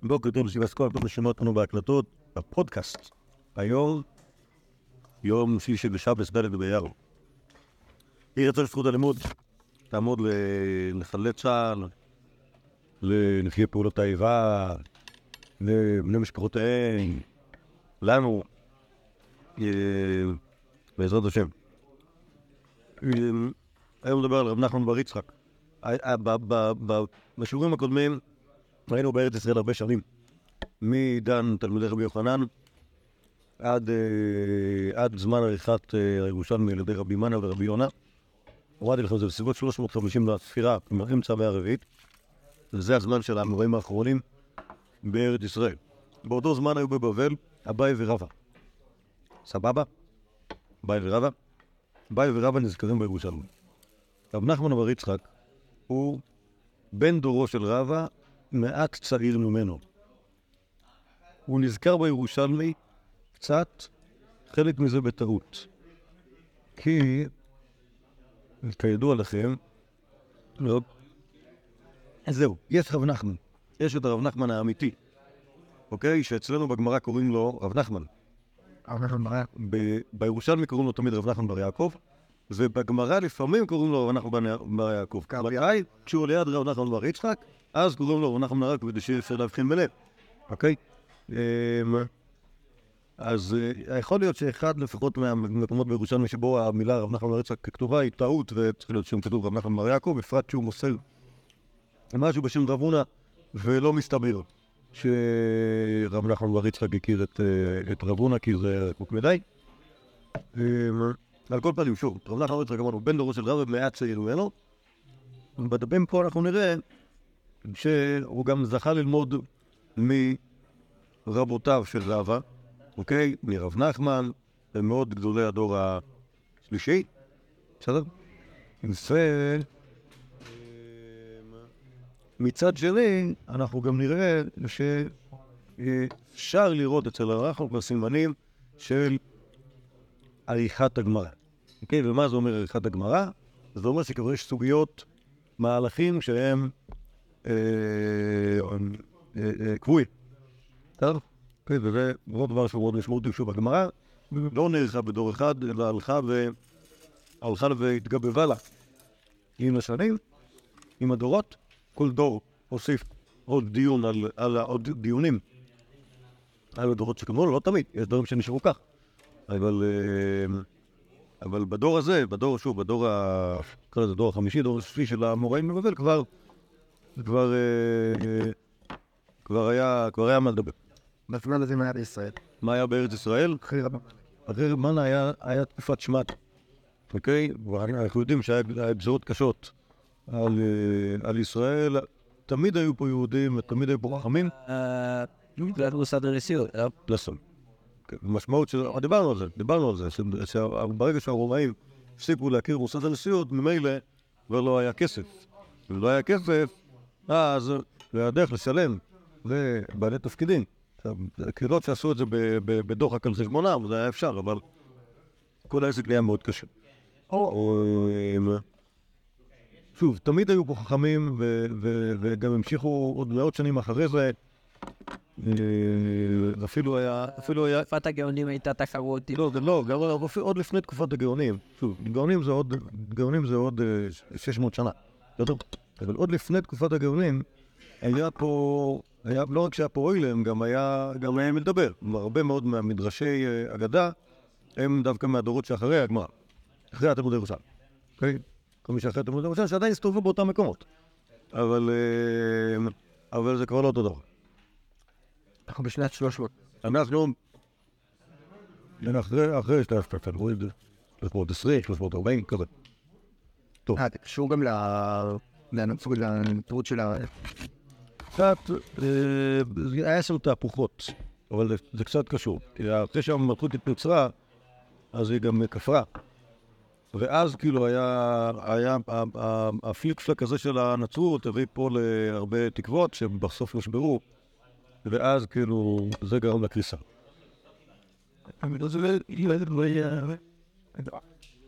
בוקר טוב, כל פעם שומעות אותנו בהקלטות, בפודקאסט. היום, יום שלישי בשבת, ד' באייר. יהי רצון שזכות הלימוד תעמוד לחללי צה"ל, לנפגעי פעולות האיבה, לבני משפחותיהם, לנו, בעזרת השם. היום נדבר על רב נחמן בר יצחק. בשיעורים הקודמים היינו בארץ ישראל הרבה שנים, מדן תלמידי רבי יוחנן עד זמן עריכת הירושלמי על ידי רבי מנה ורבי יונה. הורדתי לכם זה בסביבות 350 לספירה, אמצע המאה הרביעית. זה הזמן של האמוראים האחרונים בארץ ישראל. באותו זמן היו בבבל אביי ורבא. סבבה? אביי ורבא. אביי ורבא נזכרים בירושלמי. רב נחמן בר יצחק הוא בן דורו של רבא, מעט צעיר ממנו. הוא נזכר בירושלמי קצת, חלק מזה בטעות. כי, כידוע לכם, זהו, יש רב נחמן. יש את הרב נחמן האמיתי. אוקיי? שאצלנו בגמרא קוראים לו רב נחמן. בירושלמי קוראים לו תמיד רב נחמן בר יעקב, ובגמרא לפעמים קוראים לו רב נחמן בר יעקב. כשהוא ליד רב נחמן בר יצחק, אז קוראים לו רב נחמן בר יעקב כדי שאפשר להבחין ביניהם. אוקיי? אז יכול להיות שאחד לפחות מהמקומות בירושלמי שבו המילה רב נחמן בר יצחק ככתובה היא טעות, וצריך להיות שם כתוב רב נחמן בר יעקב, בפרט שהוא מוסר משהו בשם רב הונא, ולא מסתבר שרב נחמן בר יצחק הכיר את רב הונא, כי זה רחוק מדי. על כל פנים, שוב, רב נחמן בר יצחק אמרנו, בן דורו של רבא, מעט צעיר ממנו. בדפים פה אנחנו נראה שהוא גם זכה ללמוד מרבותיו של רבא, אוקיי? מרב נחמן, ומאוד גדולי הדור השלישי. בסדר? מצד שני, אנחנו גם נראה שאפשר לראות אצל הרב נחמן כבר סימנים של עריכת הגמרא. אוקיי? ומה זה אומר עריכת הגמרא? זה אומר שכבר יש סוגיות, מהלכים שהם קבועים. בסדר? אוקיי, וזה מאוד דבר שהוא מאוד משמעותי. שוב, הגמרא לא נערכה בדור אחד, אלא הלכה והתגבבה לה עם השנים, עם הדורות. כל דור הוסיף עוד דיון על עוד דיונים על הדורות שקדמו, לא תמיד, יש דברים שנשארו כך. אבל בדור הזה, בדור החמישי, דור השלישי של האמוראים בבבל, כבר היה מה לדבר. בזמן הזה מה היה בישראל? מה היה בארץ ישראל? אחרי רבן היה תקופת שמד. אוקיי? אנחנו יודעים שהיה גזרות קשות על ישראל. תמיד היו פה יהודים ותמיד היו פה חכמים. מוסד הנשיאות, לא? לסון. המשמעות של... דיברנו על זה, שברגע שהרומאים הפסיקו להכיר מוסד הנשיאות, ממילא כבר לא היה כסף. אם לא היה כסף, אז זה היה דרך לשלם לבעלי תפקידים. הקהילות שעשו את זה בדוחק על חשבונם, זה היה אפשר, אבל כל העסק היה מאוד קשה. שוב, תמיד היו פה חכמים, וגם המשיכו עוד מאות שנים אחרי זה. אפילו היה... תקופת הגאונים הייתה תחרות. לא, עוד לפני תקופת הגאונים. שוב, גאונים זה עוד 600 שנה. אבל עוד לפני תקופת הגאונים, היה פה... לא רק שהיה פה אוילם, גם היה מדבר. הרבה מאוד מהמדרשי אגדה הם דווקא מהדורות שאחרי הגמרא. אחרי התלמוד ירושלמי. אוקיי? כל מי שאחרי התלמוד ירושלמי, שעדיין הסתובבו באותם מקומות. אבל זה כבר לא אותו דבר. אנחנו בשנת 300. אנחנו אחרי 320, 340, כזה. טוב. זה קשור גם לנצרות של ה... קצת, היה שם תהפוכות, אבל זה קצת קשור. כי אחרי שהמלכות התנצרה, אז היא גם כפרה. ואז כאילו היה הפליק-פלק הזה של הנצרות, הביא פה להרבה תקוות שבסוף נשברו, ואז כאילו זה גרם לקריסה.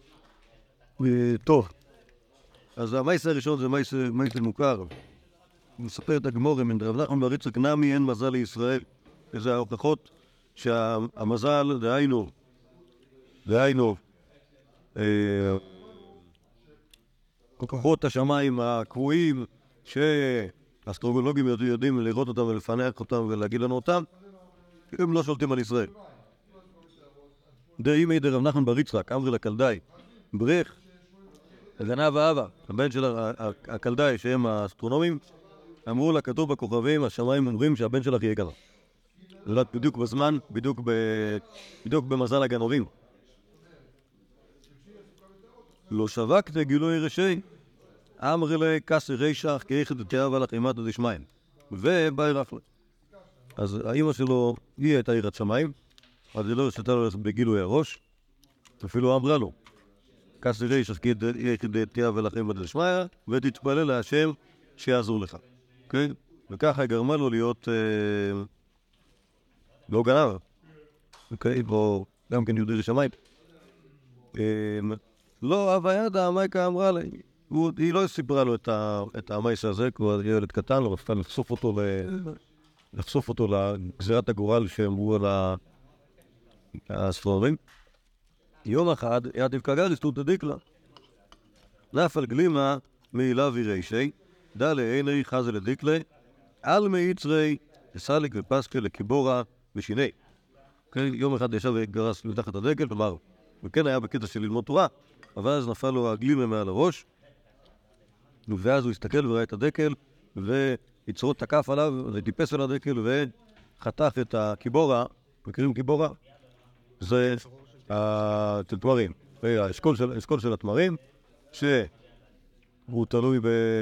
טוב, אז המייס הראשון זה מייס מוכר. מספרת הגמורה, מן רב נחמן בר יצחק נמי אין מזל לישראל. איזה ההוכחות שהמזל, דהיינו, כוחות השמיים הקבועים, שהאסטרולוגים יודעים לראות אותם ולפענח אותם ולהגיד לנו אותם, הם לא שולטים על ישראל. דאימי דרב נחמן בר יצחק, אמרי לקלדאי, ברך, גנב ואבא, הבן של הקלדאי שהם האסטרונומים, אמרו לה, כתוב בכוכבים, השמיים אומרים שהבן שלך יהיה ככה. נולד בדיוק בזמן, בדיוק במזל הגנבים. לא שווקת גילוי רשי, אמרי לה, כסי רישך, כאיכת תיאבה לך אימתא דשמיים. ובאי רפלה. אז האמא שלו, היא הייתה יראת שמיים, אז היא לא הרשתה לו בגילוי הראש, אפילו אמרה לו, כסי רישך, כאיכת תיאבה לך אימתא דשמיים, ותתפלל להשם שיעזור לך. אוקיי? וככה היא גרמה לו להיות לא גנב, אוקיי? או גם כן יהודי שמיים. לא, אבל ידע, המייקה אמרה לי, היא לא סיפרה לו את המייס הזה, כי הוא ילד קטן, לא רצתה לחשוף אותו לגזירת הגורל שאמרו על הספרים. יום אחד, יעדיף כגריס תות דקלה. נפל גלימה מעילה וירשי, דלה עיני חזה לדקלה, על מיצרי, סליק ופסקה לקיבורה ושיני. יום אחד ישב וגרס מתחת הדקל, כלומר, וכן היה בקטע של ללמוד תורה, אבל אז נפל לו הגלימה מעל הראש, ואז הוא הסתכל וראה את הדקל, ויצרות תקף עליו, וטיפס על הדקל, וחתך את הקיבורה. מכירים קיבורה? זה התמרים, האשכול של התמרים, שהוא תלוי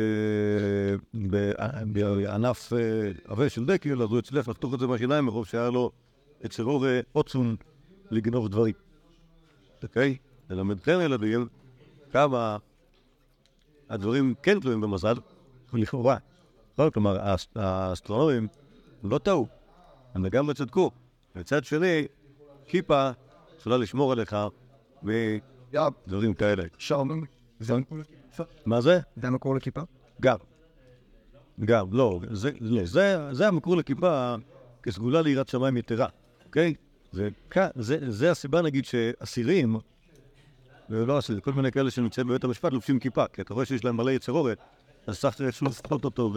בענף עבה של דקל, אז הוא הצליח לחתוך את זה מהשיניים, מרוב שהיה לו אצלו עוצון לגנוב דברים. אוקיי? ללמדכם ילדים כמה הדברים כן תלויים במזל, לכאורה. כלומר, האסטרונומים לא טעו, הם לגמרי צדקו. מצד שני, כיפה יכולה לשמור עליך ודברים כאלה. מה זה? זה המקור לכיפה? גם, לא, זה המקור לכיפה כסגולה ליראת שמיים יתרה, אוקיי? זה הסיבה, נגיד, שאסירים, ולא אסירים, כל מיני כאלה שנמצאים בבית המשפט לובשים כיפה, כי אתה רואה שיש להם מלא יצרורת, אז צריך לפחות אותו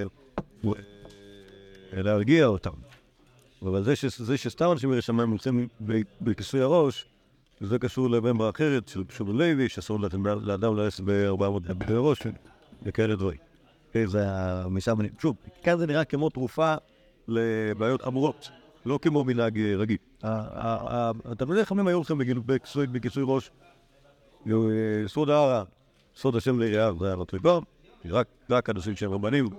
ולהרגיע אותם. אבל זה שסתם אנשים יראת שמיים נמצאים בכיסוי הראש, זה קשור לממרה אחרת, של פשוט לוי, שאסור לאדם ללכת ב-400 בראש, וכאלה דברים. זה המשם, שוב, כאן זה נראה כמו תרופה לבעיות חמורות, לא כמו מנהג רגיל. התלמידי חכמים היו הולכים בכיסוי ראש, סוד הערה, סוד השם ליריעה, זה היה רטריבה, רק אנשים שהם רבנים,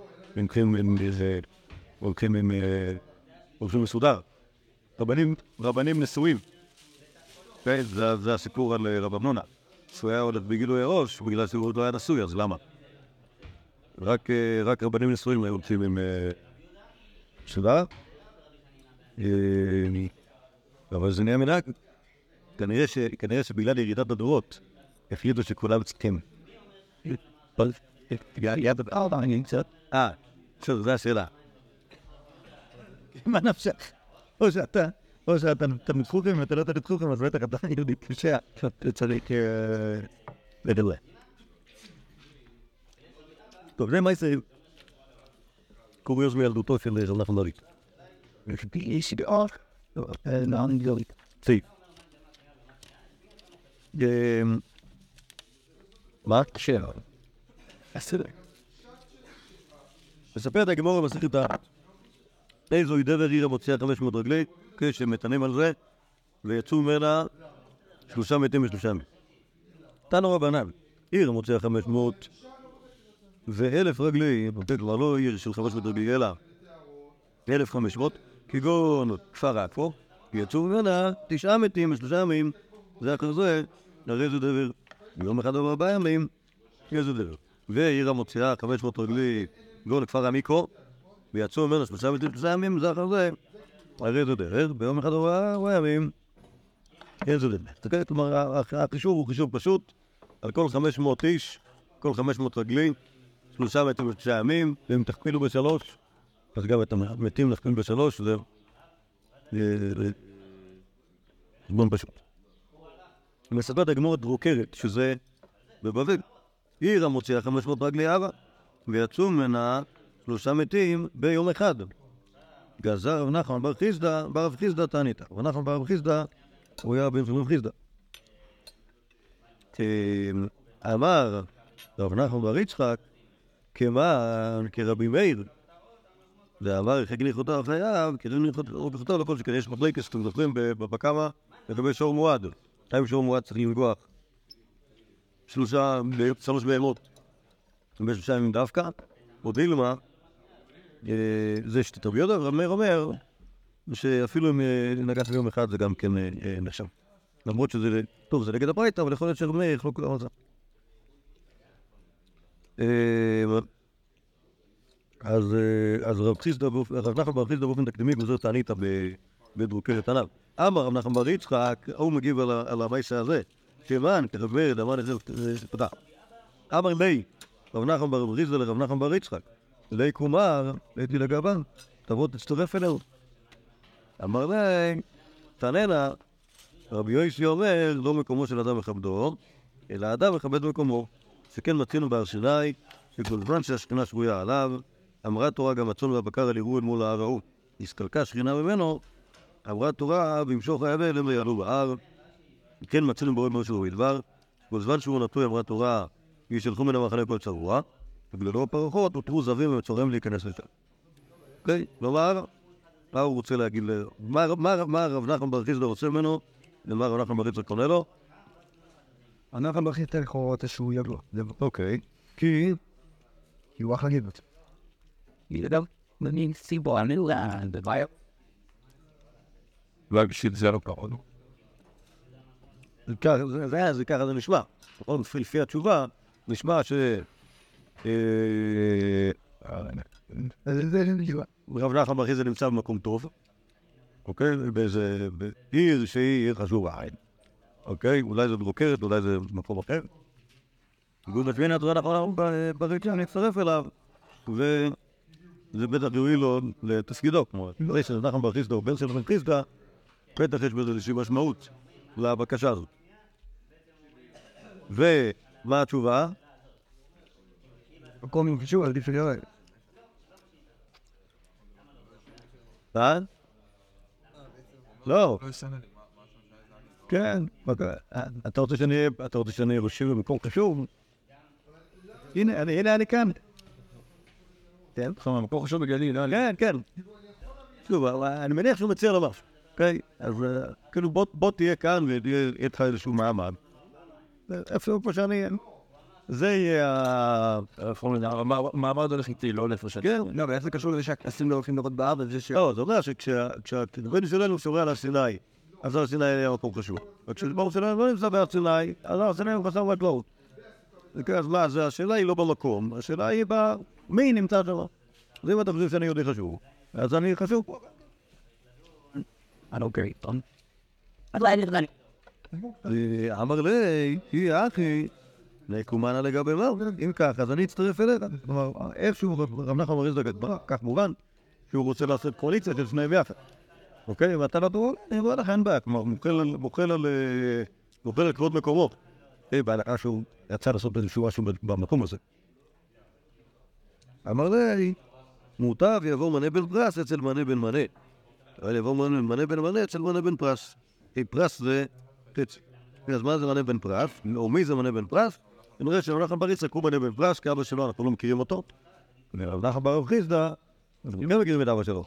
הולכים מסודר. רבנים נשואים. זה הסיפור על רב אמנונה. הוא היה הולך בגילוי הראש, בגלל שהוא לא היה נשוי, אז למה? רק רבנים נשואים היו הולכים עם סודר. אבל זה נהיה מנהג. כנראה שבגלל ירידת הדורות, החליטו שכולם צריכים. שוב, זו השאלה. מה נפשך? או שאתה מתחוכים, ואתה לא תתחוכים, אז בטח אתה יהודי קשה. אתה צריך לדלה. טוב, זה מה יעשה קוריוז מילדותו של נחמן בר יצחק. יש לי אור, נען גדולי. סי. מה? שאלה. בסדר. מספר את הגמורה במסכת איזוהי דבר עיר המוציאה 500 רגלי, כשמתנים על זה, ויצאו ממנה 3 מתים ו3 ימים. תנו רבנן, עיר המוציאה 500 ו1,000 רגלי, כבר לא עיר של 500 רגלי, אלא 1,500, כגון כפר עכו, ויצאו ממנה 9 מתים ו3 ימים, זה אחר זה, הרי זה דבר. ביום אחד או 4 ימים, יהיה זה דבר. ועיר המוציאה 500 רגלי, כגון כפר עמיקו, ויצאו ממנו 3 מתים ו3 ימים, זה אחר זה, הרי זה דרך, ביום אחד או 4 ימים, אין זה דרך. כלומר, החישוב הוא חישוב פשוט, על כל 500 איש, כל 500 רגלי, 3 מתים ב9 ימים, ואם תכפילו ב3, אז גם את המתים נכפיל ב3, זה חשבון פשוט. מספרת הגמרא דרוקרת, שזה בבבל. עיר המוציאה 500 רגלי אבה, ויצאו ממנה 3 מתים ביום אחד. גזר רב נחמן בר חיסדא, ברב חיסדא תעניתא. רב נחמן ברב חיסדא, הוא היה בן של רב חיסדא. אמר רב נחמן בר יצחק, כמן כרבי מאיר. ואמר, חג ניחותיו חייב, כרבי ניחותיו לכל שכן. יש מחלקת, אתם זוכרים, בקמה לגבי שור מועד. 2 שור מועד צריך לנגוח 3 בהמות. ב3 ימים דווקא. או דילמה, זה שתי תרביות, רב מאיר אומר שאפילו אם נגעת ביום אחד זה גם כן נחשב. למרות שזה, טוב, זה נגד הברייתא, אבל יכול להיות שרב מאיר יחלוק גם על זה. אז רב נחמן בר חיסדא באופן תקדימי גוזר תעניתא בדרוקרת עליו. אמר רב נחמן בר יצחק, הוא מגיב על המעשה הזה, כיוון כרב מאיר דאמר לזה פתח. אמר לי, רב נחמן בר חיסדא לרב נחמן בר יצחק, לי קומר, הייתי לגבן, תבוא תצטרף אלינו. אמר לי, תעננה, רבי יוסי אומר, לא מקומו של אדם מכבדו, אלא אדם מכבד מקומו. שכן מצינו בהר סיני, שכל זמן שהשכינה שרויה עליו, אמרה תורה גם הצאן והבקר על יראו אל מול ההר ההוא. הסתלקה שכינה ממנו, אמרה תורה וימשוך היבל הם יעלו בהר. כן מצינו בורא מרשו ובדבר, כל זמן שהוא נטוי אמרה תורה, ישלחו מן המחנה כל צרוע, ובגללו הפרחות הותרו זבים ומצורם להיכנס לשם. אוקיי, כלומר, מה הוא רוצה להגיד? מה רב נחמן בר חיסדא רוצה ממנו? ומה רב נחמן בר יצחק קונה לו? אנחנו בכי יותר לכאורה שהוא יגלו. אוקיי, כי הוא אחלה גיבות. גם מבין סיבו, אני לא יודע, זה בעיה. לא בשביל זה לא קרוב. זה ככה זה נשמע. נכון, לפי התשובה, נשמע ש... רב נחמן בר חיסדא נמצא במקום טוב, אוקיי? באיזה עיר שהיא עיר חשובה. אוקיי? אולי זה דרוקרת, אולי זה מקום אחר. גוד משמיע התורה נכון בריצה, אני אצטרף אליו, וזה בטח יועיל לו לתפקידו, כמו רבי נחמן בר חיסדא או בן של רבי חיסדא, בטח יש בזה איזושהי משמעות לבקשה הזאת. ומה התשובה? מקום עם חשוב, עדיף שגרע. לא. כן, אתה רוצה שאני רושם במקום חשוב? הנה אני כאן. כן? מקום חשוב בגליל, לא? כן, כן. שוב, אני מניח שהוא מציע לו משהו, אוקיי? אז כאילו בוא תהיה כאן ויהיה איתך איזשהו מעמד. איפה שאני... זה יהיה מעמד הולך איתי, לא לפרשת. כן. לא, אבל איך זה קשור לזה שהכנסים לא הולכים לראות בארץ? לא, זה אומר שכשהבן שלנו שורה על הסיני, אז הר סיני היה מקום חשוב. וכשבר שלנו לא נמצא בהר סיני, אז הר סיני הוא חסר מקלעות. אז מה, השאלה היא לא במקום, השאלה היא מי נמצא שם. אז אם אתה חושב שאני יהודי חשוב, אז אני חשוב פה. אני לא קריא, טוב? אז לא היה לי. אמר לי, היא אחי, נקומנה לגבי מה? אם כך, אז אני אצטרף אליך. כלומר, איכשהו רב נחמן בר יצחק, כך מובן, שהוא רוצה לעשות קואליציה של שניהם יחד. אוקיי? ואתה לא תראו, אני רואה לך אין בעיה. כלומר, מוכל על כבוד מקומו. בהלכה שהוא יצא לעשות איזשהו משהו במקום הזה. אמר לי, מוטב יבוא מנה בן פרס אצל מנה בן מנה. אבל יבוא מנה בן מנה אצל מנה בן פרס. פרס זה חצי. אז מה זה מנה בן פרס? או מי זה מנה בן פרס? נראה שרב נחמן בר יצחק הוא מנה בן פרס, כי אבא שלו אנחנו לא מכירים אותו. רב נחמן בר חיסדא, אנחנו גם מכירים את אבא שלו.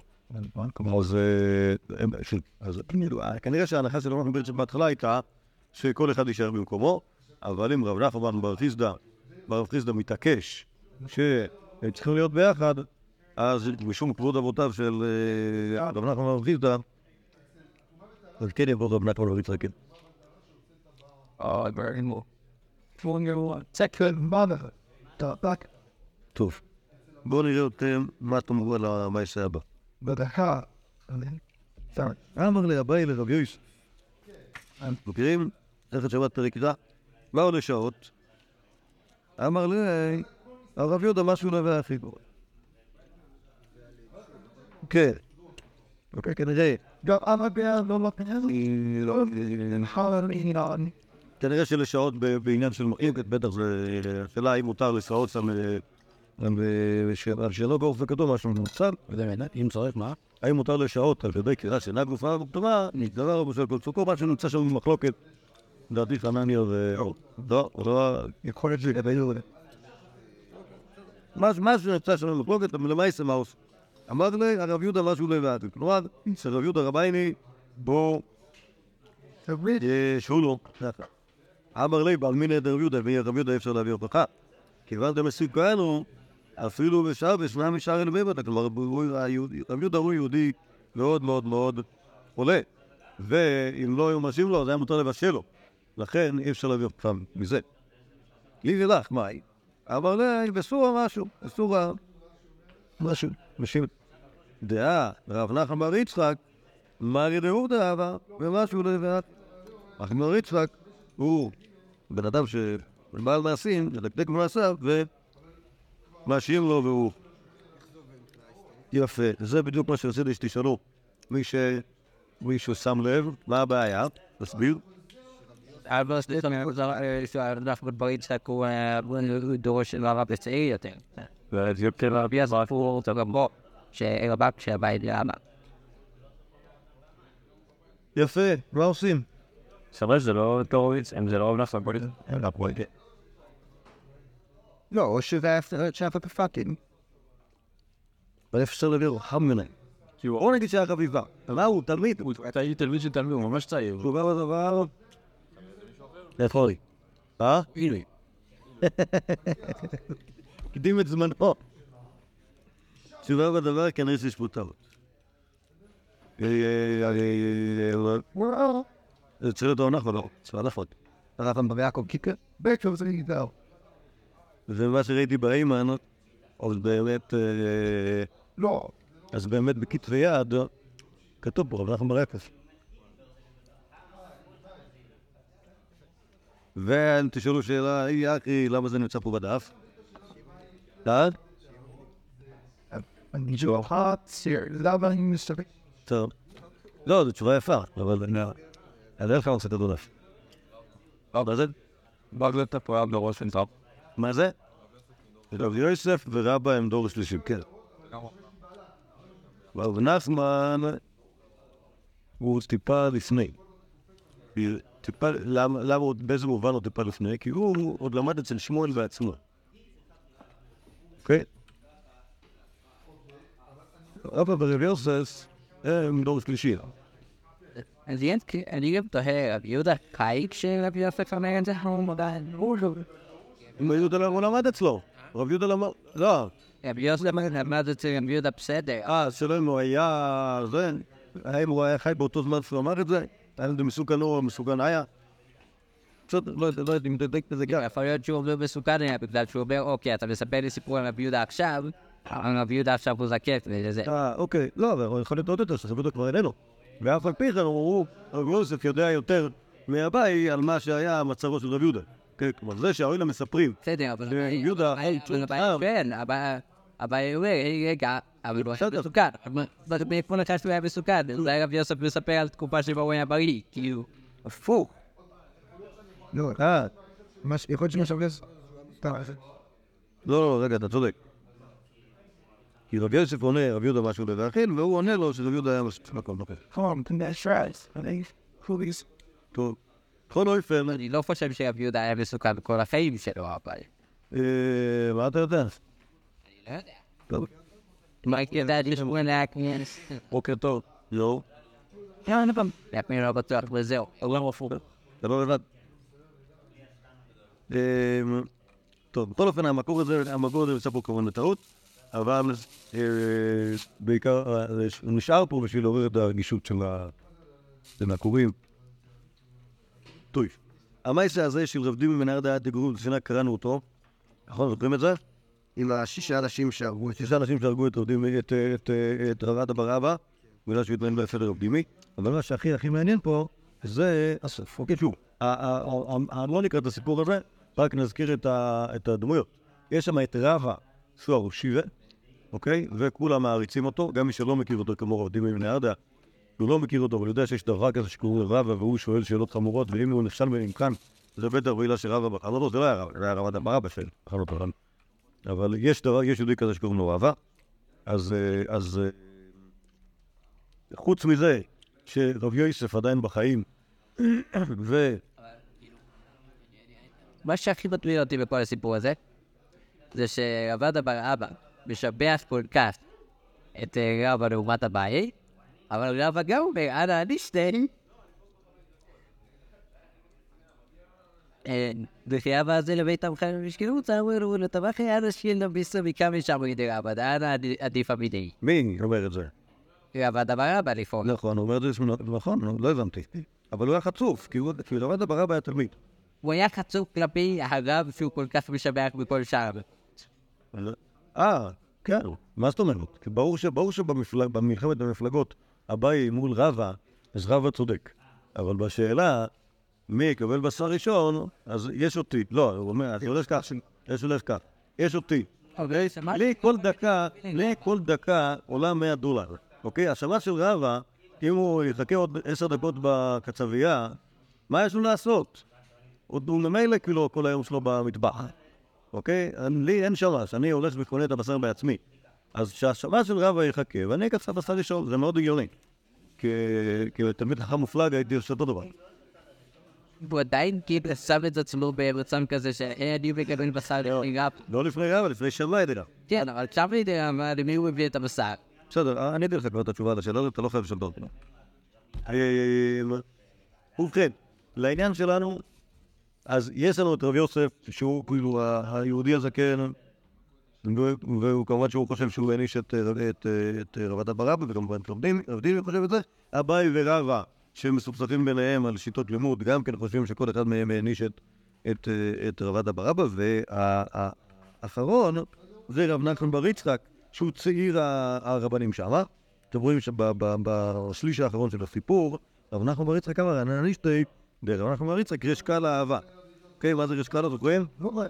אז כנראה שההנחה של רב נחמן בר יצחק בהתחלה הייתה שכל אחד יישאר במקומו, אבל אם רב נחמן בר חיסדא מתעקש שהם צריכים להיות ביחד, אז משום כבוד אבותיו של רב נחמן בר חיסדא, אז כן יבוא רב נחמן בר יצחק. very more. טוב, בואו נראה אתם מה תאמרו על המעשה הבא. בדקה. אמר לי אביי לרב יוסף. מכירים? איך שבת פרק רע? באו לשעות. אמר לי, הרב יהודה משהו לא הבא הכי גורם. כן. אוקיי, כנראה. גם אבא ביד לא מפניין. כנראה שלשעות בעניין של מחלוקת, בטח זה שאלה האם מותר לשעות שם שלא באופן כתוב משהו מוצר. אם צריך, מה? האם מותר לשעות על גבי קריאה שאינה גופה וכתובה, נגדרה רבו של כל צוקו, מה שנמצא שם במחלוקת. לדעתי חנניה ועוד. לא, יכול להיות לגבי יהודה. מה שנמצא שם במחלוקת, למעשה מה עושה? אמר לי, הרב יהודה משהו לא הבאתי. כלומר, שרב יהודה רבייני, בוא, שהוא לא. אמר לי, בעל מיני רב יהודה, רב יהודה אפשר להביא הוכחה. כיוון דמסוכן הוא, אפילו בשעה בשנה משאר אל בבתה. כלומר, רב יהודה הוא יהודי מאוד מאוד מאוד חולה. ואם לא היו משים לו, אז היה מותר לבשל לו. לכן אי אפשר להביא הוכחה מזה. לי ולך, מה היא? אמר לי, בסורה משהו, בסורה משהו. משים דעה, רב נחמן בר יצחק, מרי דהודה אהבה, ומשהו לא הבאת. אך מר יצחק הוא בן אדם שבעל מעשים, לדקדק במעשיו, ומאשים לו והוא יפה. זה בדיוק מה שרציתי שתשאלו. מישהו שם לב, מה הבעיה? תסביר. אבל אנחנו בברית שתקו דור של הרב הצעיר יותר. רבי הסיפור גם בו, שהרבק שהבית לאבא. יפה, מה עושים? סבבה, זה לא טורוביץ, אם זה לא אבנח סבבה. לא, או שזה שאתה בפאקינג. אבל אפשר להביא רוחם ממני. בוא נגיד שהיה חביבה. מה הוא? תלמיד. אתה היית תלמיד של תלמיד, הוא ממש צעיר. הוא בא בדבר... לאכול לי. הנה. קדים את זמנו. תשובה בדבר כנראה שיש פה טעות. זה צריך להיות העונח ולא. צבא נכון. הרב יעקב קיקר? בקשוב זה נגדר. ומה שראיתי באימן, אז באמת... לא. אז באמת בכתבי יד, כתוב פה, אבל אנחנו ברקס. ותשאלו שאלה, אחי, למה זה נמצא פה בדף? דעת? אני תשובה סיר, למה אני מסתכל? טוב. לא, זו תשובה יפה, אבל אני יודע לך רוצה את הדף. מה זה? בגלת הפועל בראש פנטר. מה זה? רב יוסף ורבא הם דור שלישי, כן. רב נחמן הוא טיפה לפני. למה באיזה מובן הוא טיפה לפני? כי הוא עוד למד אצל שמואל בעצמו. אוקיי? רבא ורב יוסף הם דור שלישי. אני גם תוהה, רב יהודה קייק שרב יוסף אומר את זה? רב יהודה לא למד אצלו. רב יהודה למד... לא. רב יוסף למד אצל רב יהודה בסדר. שלא אם הוא היה... האם הוא היה חי באותו זמן שהוא אמר את זה? האם זה מסוכן או מסוכן היה? פשוט לא יודעת אם תדק בזה גם. יכול להיות שהוא לא מסוכן היה, בגלל שהוא אומר, אוקיי, אתה מספר לי סיפור על רב יהודה עכשיו, רב יהודה עכשיו הוא זקק וזה. אוקיי. לא, אבל יכול להיות עוד יותר, שרב יהודה כבר איננו. ואף על פי כן אמרו, רב יוסף יודע יותר מהבאי על מה שהיה מצבו של רב יהודה. כלומר, זה שהאוהלה מספרים. בסדר, אבל יהודה... הבעיה אומר, רגע, אבל הוא היה מסוכן. מאיפה לך שהוא היה מסוכן? אולי רב יוסף מספר על תקופה שבה הוא היה בריא, כאילו. הפוך. לא, יכול להיות שמשבלס. לא, רגע, אתה צודק. כי רב יוסף עונה, רב יהודה משהו לדרכין, והוא עונה לו שרב יהודה היה מספיק מקום. טוב. בכל אופן... אני לא חושב שרב יהודה היה מסוכן בכל החיים שלו, אבל... מה אתה יודע? אני לא יודע. טוב. מה ידעת לשמוע להכניס? בוקר טוב. לא. אני לא בטוח וזהו. לא מפור. אתה לא לבד. טוב, בכל אופן המקור הזה נמצא פה כמובן בטעות, אבל בעיקר הוא נשאר פה בשביל לעורר את הרגישות של הקוראים. טוב. המייסה הזה של רב דימי מנהר דעת דגרו, לפני קראנו אותו. נכון, זוכרים את זה? עם השישה אנשים שהרגו את זה. שישה אנשים שהרגו את רבת אבר אבא, בגלל שהוא התמיין באפל לרב דימי. אבל מה שהכי מעניין פה, זה הסוף. אוקיי, שוב. לא נקרא את הסיפור הזה, רק נזכיר את הדמויות. יש שם את רבא, שהוא הראשיבה, אוקיי? וכולם מעריצים אותו, גם מי שלא מכיר אותו כמו עובדים מבני ארדה, הוא לא מכיר אותו, אבל יודע שיש דבר כזה שקוראים לרבא, והוא שואל שאלות חמורות, ואם הוא נכשל במבחן, זה בטח בעילה של רבא בחר אותו, זה לא היה רבא, זה היה רבא ברבא של בחר אותו. אבל יש יהודי כזה שקוראים לו רבא, אז חוץ מזה שרב יוסף עדיין בחיים, מה שהכי מטריד אותי בכל הסיפור הזה, זה שעבד בר אבא משבח כל כך את רבא לעומת אביי, אבל רבא גם אומר, אנא אנישתי, וכי אבא הזה לבית המחר משכנות, אמרו לו, טבחי אנא שיל נביסו מכמה שם ידי רבא, אנא עדיף אמידי. מי אומר את זה? רבא דבר אבא לפעול. נכון, הוא אומר את זה, נכון, לא הבנתי. אבל הוא היה חצוף, כי רבא ברבא היה תלמיד. הוא היה חצוף כלפי הרב שהוא כל כך משבח בכל שער. כן, מה זאת אומרת? כי ברור שבמלחמת המפלגות אביי מול רבא, אז רבא צודק. אבל בשאלה, מי יקבל בשר ראשון, אז יש אותי. לא, הוא אומר, אני הולך כך, יש אותי. לי כל דקה עולה $100. אוקיי? השבת של רבא, אם הוא יחכה עוד 10 דקות בקצבייה, מה יש לו לעשות? הוא ממילא כאילו כל היום שלו במטבח. אוקיי? לי אין שמש, אני הולך וקונה את הבשר בעצמי. אז שהשמש של רבא יחכה, ואני אקח את הבשר ראשון, זה מאוד הגיוני. כי תלמיד חכם מופלג הייתי עושה אותו דבר. הוא עדיין כאילו שם את עצמו ברצון כזה שאני מקבל בשר לפני רב. לא לפני רבא, לפני שבא ידי רבא. כן, אבל שם ידי רבא, למי הוא הביא את הבשר? בסדר, אני אדע לך כבר את התשובה לשאלה, אתה לא חייב לשאול אותה. ובכן, לעניין שלנו, אז יש לנו את רב יוסף, שהוא כאילו היהודי הזקן, והוא כמובן שהוא חושב שהוא העניש את רבא ברבא, וכמובן רבדים חושב את זה. אביי ורבא, שמסוכסכים ביניהם על שיטות לימוד, גם כן חושבים שכל אחד מהם העניש את רבא ברבא, והאחרון זה רב נחמן בר יצחק, שהוא צעיר הרבנים שם. אתם רואים שבשליש האחרון של הסיפור, רב נחמן בר יצחק אמר, אני אנישתי, רב נחמן בר יצחק רשקל האהבה. אוקיי, מה זה רשקל? אתה רואים? לא רואה.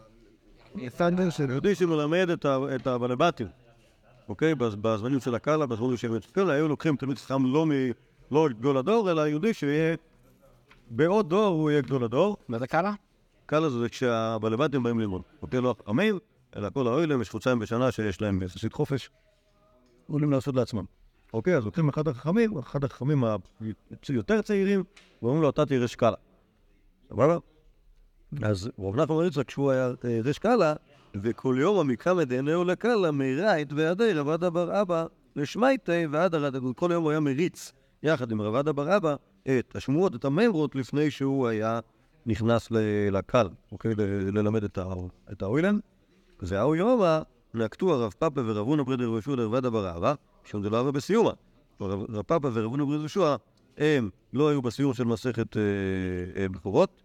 יהודי שמלמד את הבלבטים. אוקיי, בזמנים של הקהלה, בזמנים של הקהלה, היו לוקחים תלמיד חכם לא גדול הדור, אלא יהודי שיהיה בעוד דור הוא יהיה גדול הדור. מה זה קהלה? קהלה זה כשהבלבטים באים ללמוד. אוקיי, לא החכמים, אלא כל האוהלים, יש חודשיים בשנה שיש להם יחסית חופש, יכולים לעשות לעצמם. אוקיי, אז לוקחים אחד החכמים היותר צעירים, ואומרים לו, אתה תהיה רשקלה. סבבה? אז רב נחמן בר יצחק, כשהוא היה רשקלה, וכל יום המקרא דעינהו לקלה, מרית וידי רבא בר אבא לשמייטי ועד כל יום הוא היה מריץ יחד עם רבא בר אבא את השמועות, את הממרות, לפני שהוא היה נכנס לקל, אוקיי, ללמד את האוילן. והאו יומא נקטו הרב פאפה ורב הונא ברד רב יהושע לרבא בר אבא, שום זה לא היה בסיומה. רב פאפה ורב הונא ברד רב יהושע הם לא היו בסיום של מסכת בכורות,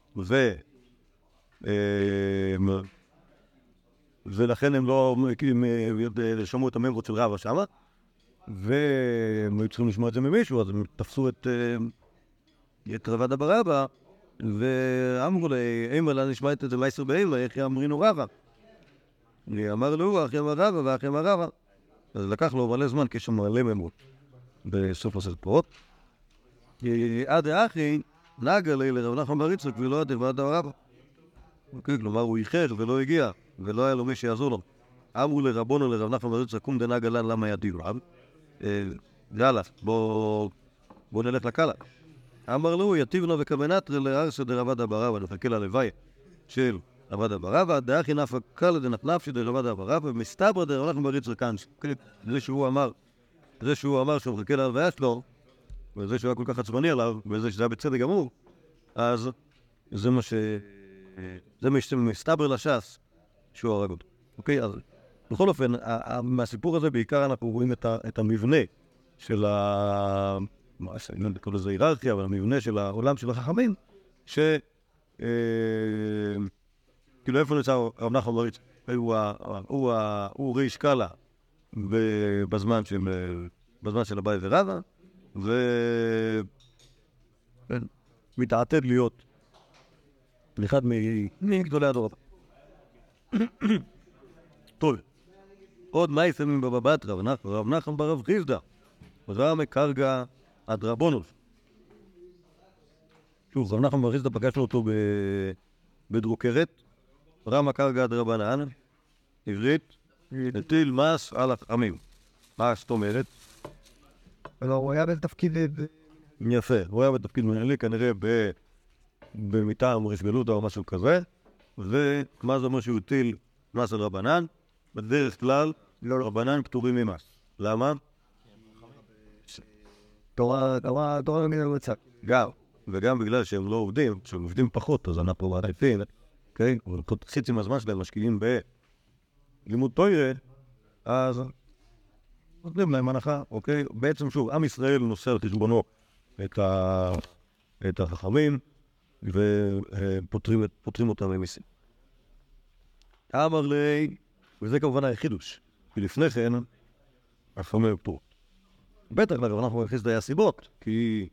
ולכן הם לא שמעו את הממרות של רבא שמה, והם היו צריכים לשמוע את זה ממישהו, אז הם תפסו את רבא בר אבא, ואמרו לי, אימא, לה נשמע את זה מייסר באימא, איך אמרינו רבא? אמר לו, אחי אמר רבא ואחי אמר רבא. אז לקח לו מלא זמן, כי יש שם מלא ממרות בסוף הספרות. עד האחי נגע לי לרב נחמן בר יצחק ולא עד רבא ברבא. אוקיי, כלומר הוא איחר ולא הגיע, ולא היה לו מי שיעזור לו. אמרו לרבונו לרב נחמן בר יצחק, קום דנגע לן למה ידיר רב? יאללה, בוא נלך לקלה. אמר לו, יתיבנו וכוונתרא לארסא דרבא ברבא, נחכה ללוואי של רבא ברבא, דאחי נפקא קלא דנפנפשי דרבא ברבא, ומסתברא דרב נחמן בר יצחק קנש. זה שהוא אמר שהוא מחכה להלוויה שלו, וזה שהוא היה כל כך עצבני עליו, וזה שזה היה בצדק גמור, אז זה מה שמסתבר לש"ס שהוא הרג אותו. אוקיי, אז בכל אופן, מהסיפור הזה בעיקר אנחנו רואים את המבנה של אני לא יודע כל איזה היררכיה, אבל המבנה של העולם של החכמים, כאילו איפה נמצא רב נחמן בר יצחק? הוא ריש קלה בזמן של אביי ורבא, ומתעתד להיות אחד מגדולי הדור. טוב. עוד מייסמים בבא בתרא, רב נחמן ברב חיסדא, רמי קרגא אדרבנוס. שוב, רב נחמן בר חיסדא פגשנו אותו בדרוקרת, רמא קרגא דרבנן, עברית, הטיל מס על החכמים. מה זאת אומרת? אבל הוא היה בתפקיד... יפה, הוא היה בתפקיד מנהלי, כנראה במטעם ריש-גלותא או משהו כזה, ומה זה אומר שהוא הטיל מס על רבנן? בדרך כלל, רבנן פטורים ממס. למה? תורה מן המצב. גם, וגם בגלל שהם לא עובדים, כשהם עובדים פחות, אז אנחנו מעדיפים, אוקיי? אבל חצי מהזמן שלהם משקיעים בלימוד תורה, אז נותנים להם הנחה, אוקיי? בעצם שוב, עם ישראל נושא על חשבונו את החכמים, ופותרים אותם ממיסים. אמר לי, וזה כמובן החידוש, כי לפני כן, החכמים פטור. בטח, אנחנו נכניס די הסיבות, כי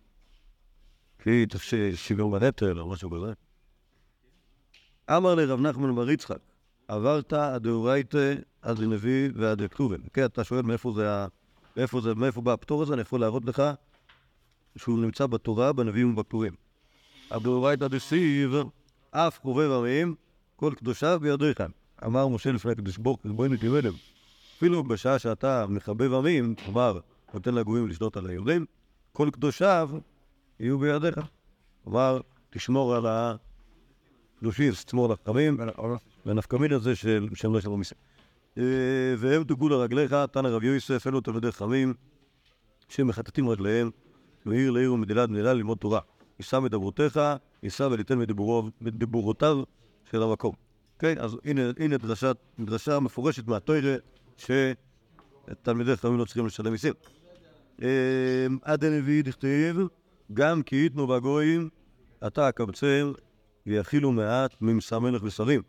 שוויון בנטל או משהו כזה. אמר לרב נחמן בר יצחק, עברת הדאורייתא עד לנביא ועד הכתובים. כן, אתה שואל מאיפה בא הפטור הזה, אני יכול להראות לך שהוא נמצא בתורה, בנביאים ובכתובים. הדאורייתא דכתיב, אף חובב עמים, כל קדושיו בידיך. אמר משה לפני הקדוש ברוך הוא, בואי נקבלם. אפילו בשעה שאתה מחבב עמים, כלומר, נותן לגויים לשלוט על היהודים, כל קדושיו יהיו בידיך. כלומר, תשמור על הקדושים, תשמור על החכמים, והנפקמין הזה שהם לא ישלמו מיסים. והם תוגעו לרגליך, תנא רב יוסף, אלו תלמידי חכמים, שמחטטים רגליהם, מעיר לעיר ומדינה למדינה ללמוד תורה. יישא מדברותיך, יישא וליתן מדברותיו של המקום. אוקיי? אז הנה דרשה מפורשת מהתורה, שתלמידי חכמים לא צריכים לשלם מיסים. עד הנביא דכתיב, גם כי ייתנו בגויים, אתה הקבצר, ויאכילו מעט ממסע מלך ושרים.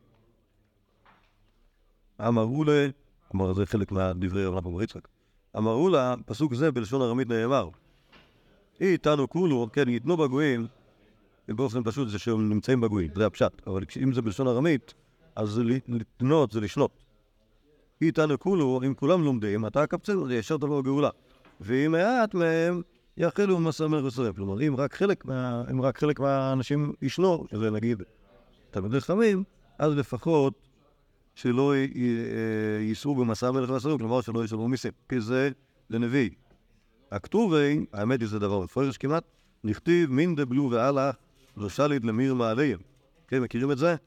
אמרו לה, כלומר זה חלק מהדברי רב נחמן בר יצחק, אמרו לה, פסוק זה בלשון ארמית נאמר, איתנו כולו, כן, ייתנו בגויים, באופן פשוט זה שהם נמצאים בגויים, זה הפשט, אבל אם זה בלשון ארמית, אז לתנות זה לשלוט. איתנו כולו, אם כולם לומדים, אתה הקבצר, זה ישר תבוא הגאולה. ואם מעט מהם, יאכילו ממסע מלך ושרים. כלומר, אם רק חלק מהאנשים ישנו, שזה נגיד תלמידי חכמים, אז לפחות שלא ייסעו במסע מלך ושרים, כלומר שלא ישלמו מיסים. כי זה לנביא. הכתובי, האמת היא זה דבר מפורש כמעט, נכתיב מין דבלו והלך, ושליט למיר מעליהם. כן, מכירים את זה?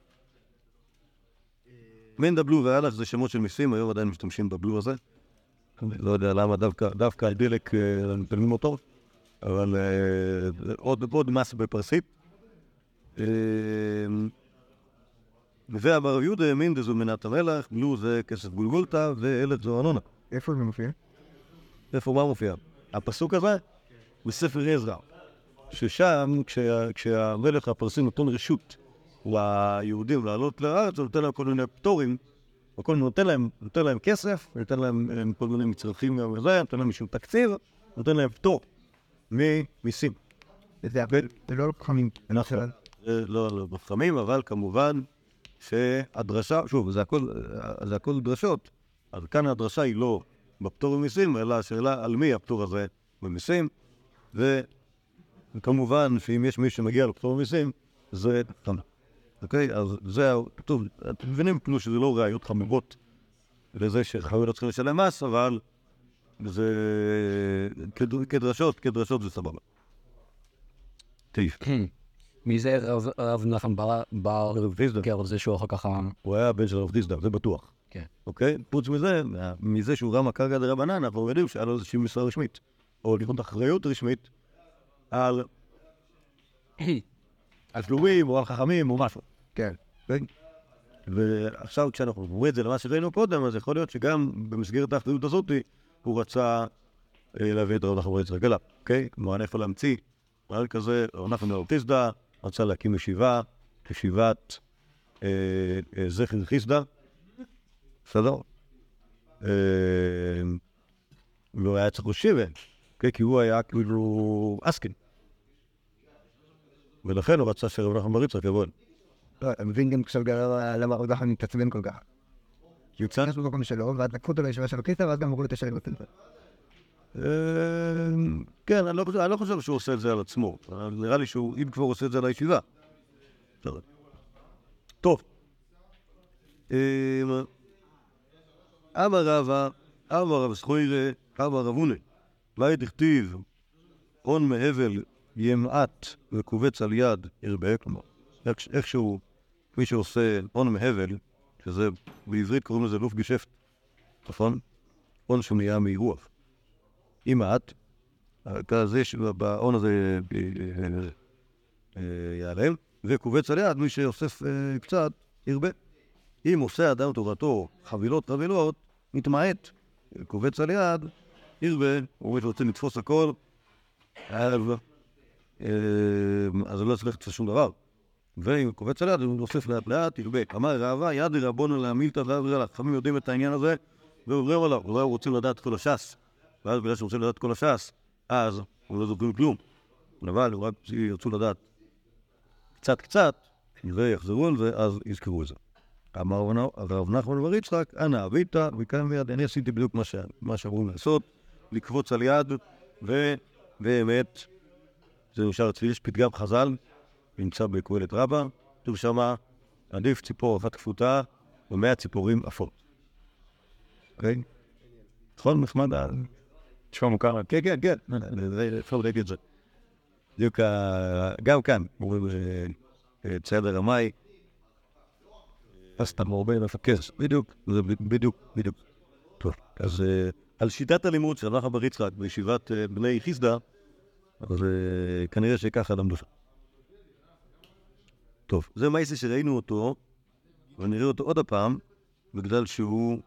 מין דבלו והלך זה שמות של מיסים, היום עדיין משתמשים בבלו הזה. לא יודע למה דווקא הדלק נתנים אותו, אבל עוד מס בפרסית. ואמר יהודה מין דזו מנת המלך, בלו זה כסף גולגולתא ואלת זו ארנונה. איפה זה מופיע? איפה מה מופיע? הפסוק הזה בספר עזרא, ששם כשהמלך הפרסי נותן רשות ליהודים לעלות לארץ, הוא נותן להם כל מיני פטורים, נותן להם כסף, נותן להם כל מיני מצרכים וזה, נותן להם משום תקציב, נותן להם פטור ממיסים. זה לא חכמים. נכון, זה לא חכמים, אבל כמובן שהדרשה, שוב, זה הכל דרשות, אז כאן הדרשה היא לא בפטור ממיסים, אלא השאלה על מי הפטור הזה במיסים, וכמובן שאם יש מי שמגיע לפטור ממיסים, זה חכם. אוקיי, אז זה, טוב, אתם מבינים כאילו שזה לא ראיות חמורות לזה שחכמים לא צריכים לשלם מס, אבל זה כדרשות זה סבבה. טייף. מי זה רב נחמן בר חיסדא? זה שהוא אחר כך... הוא היה בן של רב חיסדא, זה בטוח. כן. אוקיי? חוץ מזה שהוא רמא קרגא דרבנן, אנחנו יודעים שהיה לו איזושהי משרה רשמית, או לפחות אחריות רשמית, על שלומים או על חכמים או משהו. כן. ועכשיו כשאנחנו רואים את זה למה שראינו קודם, אז יכול להיות שגם במסגרת האחריות הזאת הוא רצה להביא את רב נחמן בר יצחק אליו, אוקיי? כלומר, אני יכול להמציא רעיון כזה, רב נחמן בר חיסדא רצה להקים ישיבת זכר חיסדא, בסדר? והוא היה צריך שיבה, כי הוא היה כאילו אסקין. ולכן הוא רצה שרב נחמן בר יצחק יבוא. לא, אני מבין גם עכשיו למה רב נחמן מתעצבן כל כך. יוצא? יש במקום שלו, ואז לקחו אותו לישיבה של הקיסר, ואז גם אמרו לו תשאר לו את זה. כן, אני לא חושב שהוא עושה את זה על עצמו. נראה לי שהוא, אם כבר עושה את זה על הישיבה. טוב. אמר רב סחוירא, אמר רב הונא, מאי דכתיב, הון מהבל ימעט וקובץ על יד ירבה, כלומר, איכשהו מי שעושה הון מהבל, שזה בעברית קוראים לזה לוף גשפט, נכון? הון שהוא נהיה מרוח. ימעט, כזה שבהון הזה ייעלם, וקובץ על יד, מי שאוסף קצת ירבה. אם עושה אדם תורתו חבילות, מתמעט, קובץ על יד, ירבה, הוא רוצה לתפוס הכל, אז הוא לא יצליח לתפוס שום דבר. ואם קובץ על יד, הוא נוסף לאט לאט, ירבה. אמר רבא, יד רבונה להמילתא ואמרי לה, חכמים יודעים את העניין הזה, ועוברים עליו, אולי הוא רוצים לדעת כל הש"ס, ואז בגלל שהוא רוצה לדעת כל הש"ס, אז הוא לא זוכרים כלום. אבל הוא רק ירצו לדעת קצת, ויחזרו על זה, אז יזכרו את זה. אמר רב נחמן בר יצחק, אנא אבית, וכאן מיד, אני עשיתי בדיוק מה שאמורים לעשות, לקפוץ על יד, ובאמת, זה נשאר אצלי, יש פתגם חז"ל, נמצא בקהלת רבה, כתוב שמה, עדיף ציפור אחת כפותה, ו100 ציפורים עפות. אוקיי? נכון, נחמד? תשמע מוכר. כן, אפשר להגיד את זה. בדיוק, גם כאן, אומרים צייד הרמאי, פסטה מורבה מפקס, בדיוק. טוב, אז על שיטת הלימוד של רב נחמן בר יצחק בישיבת בני חיסדא, אז כנראה שככה למדו שם. טוב, זה מעשה שראינו אותו, ונראה אותו עוד הפעם, בגלל שהוא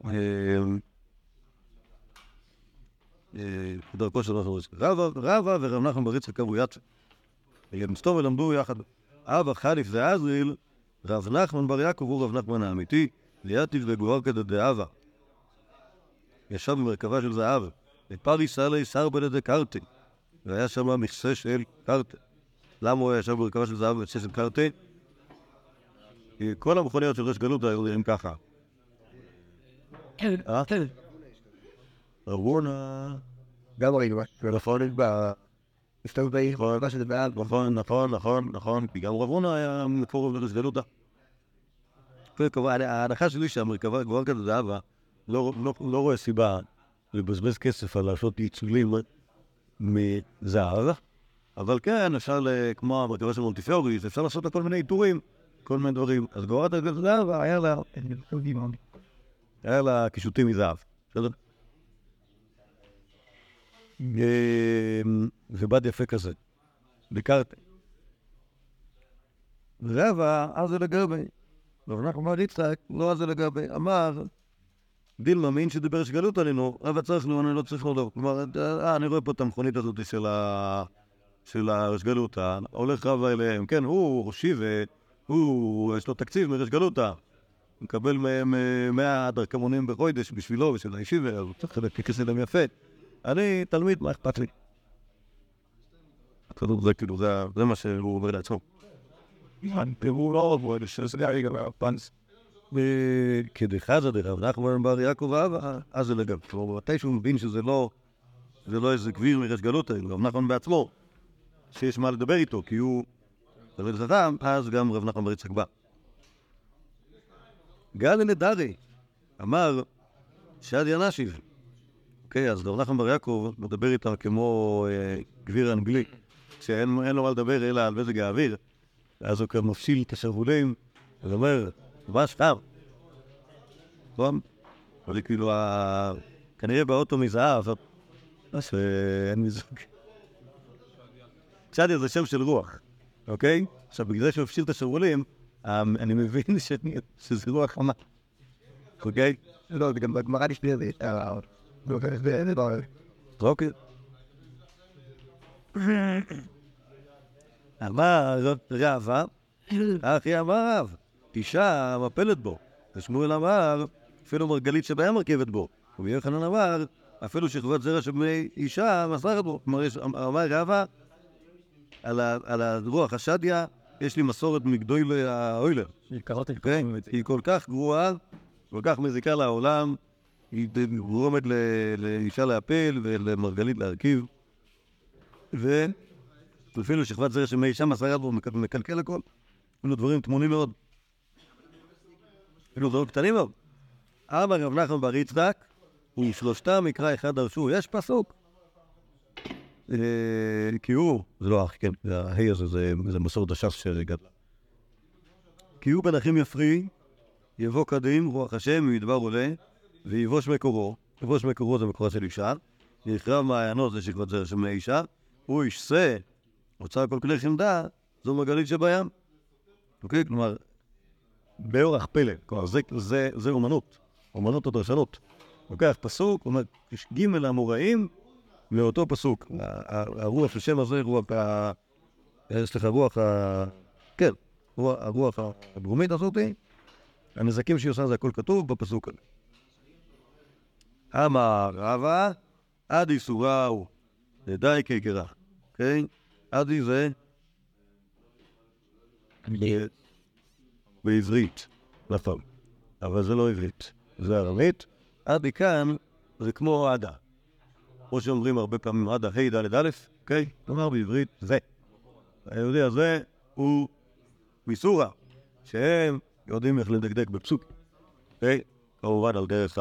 דרכו של רב נחמן בר יצחק. רבא ורב נחמן בר יצחק קראו יצא. מסתובב ולמדו יחד. אבא חליף ועזריאל, רב נחמן בר יעקב הוא רב נחמן האמיתי, ליתיב וגוהר כדדאבה. ישב במרכבה של זהב, לפריס עלי סרבא דקרטי, והיה שם מכסה של קרטה. למה הוא ישב במרכבה של זהב ומכסה של קרטה? כי כל המכוניות של ראש גלות היו נראים ככה. רבונה... גם ראינו, מסתובב בעיר, שזה בעד. נכון, כי גם רבונה היה מקורב לראש גלותה. ההנחה שלי שהמרכבה גוהר כדדאבה לא רואה סיבה לבזבז כסף על לעשות ייצולים מזהב, אבל כן, אפשר, כמו המרכבה של מונטיפיורי, אפשר לעשות לה כל מיני עיטורים, כל מיני דברים. אז גוהר כדדאבה היה לה קישוטים מזהב, בסדר? ובד יפה כזה, בקרטה. רבא, אז זה לגבי. רב נחמן בר יצחק, לא אז זה לגבי. אמר, דילמה, מין שדיבר שגלות עלינו, רבא צריך לו, אני לא צריך לו. כלומר, אני רואה פה את המכונית הזאת של הרשגלותה, הולך רבא אליהם, כן, הוא שיבה, יש לו תקציב מרשגלותה, מקבל מהם 100 דרכמונים בחודש בשבילו ושל הישיבה, הוא צריך לכסף להם יפה. אני תלמיד, מה אכפת לי? זה כאילו, זה מה שהוא אומר לעצמו. הוא לא עובד, שזה היה גם הפנס. כדחזה דרב נחמן בר יעקב אבא, אז זה לגב. כלומר, מתי שהוא מבין שזה לא איזה גביר מרש גלותה, רב נחמן בעצמו, שיש מה לדבר איתו, כי הוא תלמיד חכם, אז גם רב נחמן בר יצחק בא. גל נדרי, אמר שעדיה נשיב. אוקיי, אז רב נחמן בר יעקב מדבר איתם כמו גביר אנגלי, שאין לו מה לדבר אלא על מזג האוויר, אז הוא כאן מפשיל את השרוולים, ואומר, מה שפר? נכון? אבל כאילו, כנראה באוטו מזהב, שאין מזוג. צ'דיה זה שם של רוח, אוקיי? עכשיו, בגלל שהוא מפשיל את השרוולים, אני מבין שזה רוח חמה, אוקיי? לא, זה גם בגמרא נשמע את זה. אוקיי. אמר רבא, אחי אמר רב, אישה מפלת בו. ושמואל אמר, אפילו מרגלית שבהיה מרכבת בו. ויוחנן אמר, אפילו שכבת זרע שבני אישה מסרת בו. אמר רבא, על הרוח השדיה, יש לי מסורת מגדולי האוילר. היא כל כך גרועה, כל כך מזיקה לעולם, היא גורמת לאישה להפל ולמרגלית להרכיב, ואפילו שכבת זרע שמי אישה מסרה בו מקלקל הכל. אפילו דברים תמונים מאוד. אפילו דברים קטנים מאוד. אמר רב נחמן בר יצחק, ושלושתם מקרא אחד דרשו. יש פסוק. כי הוא, זה לא אח, כן, ההי הזה, זה מסורת הש"ס שגדלה. כי הוא בן אחים יפרי, יבוא קדים, רוח השם, ממדבר עולה, ויבוש מקורו. יבוש מקורו זה מקורה של אישה, ויחרב מעיינות זה שכבת זרע של בני אישה, הוא ישסה, הוצא כל כלי חמדה, זו מרגלית שבים. אוקיי? כלומר, באורח פלא, כלומר, זה אומנות, אומנות הדרשנות. לוקח פסוק, אומר, יש ג' המוראים, מאותו פסוק. הרוח של שם הזה, כן, הרוח הדרומית הזאת, הנזקים שהיא עושה זה הכל כתוב בפסוק הזה. אמר רבא, עדי סורהו, די כיקרה. אוקיי? עדי זה בעברית, נכון. אבל זה לא עברית, זה ארמית. עדי כאן זה כמו עדה. כמו שאומרים הרבה פעמים עדה, ה' ד' א', אוקיי? כלומר בעברית זה. היהודי הזה הוא מסורה, שהם יודעים איך לדקדק בפסוק. אוקיי? כמובן על דרך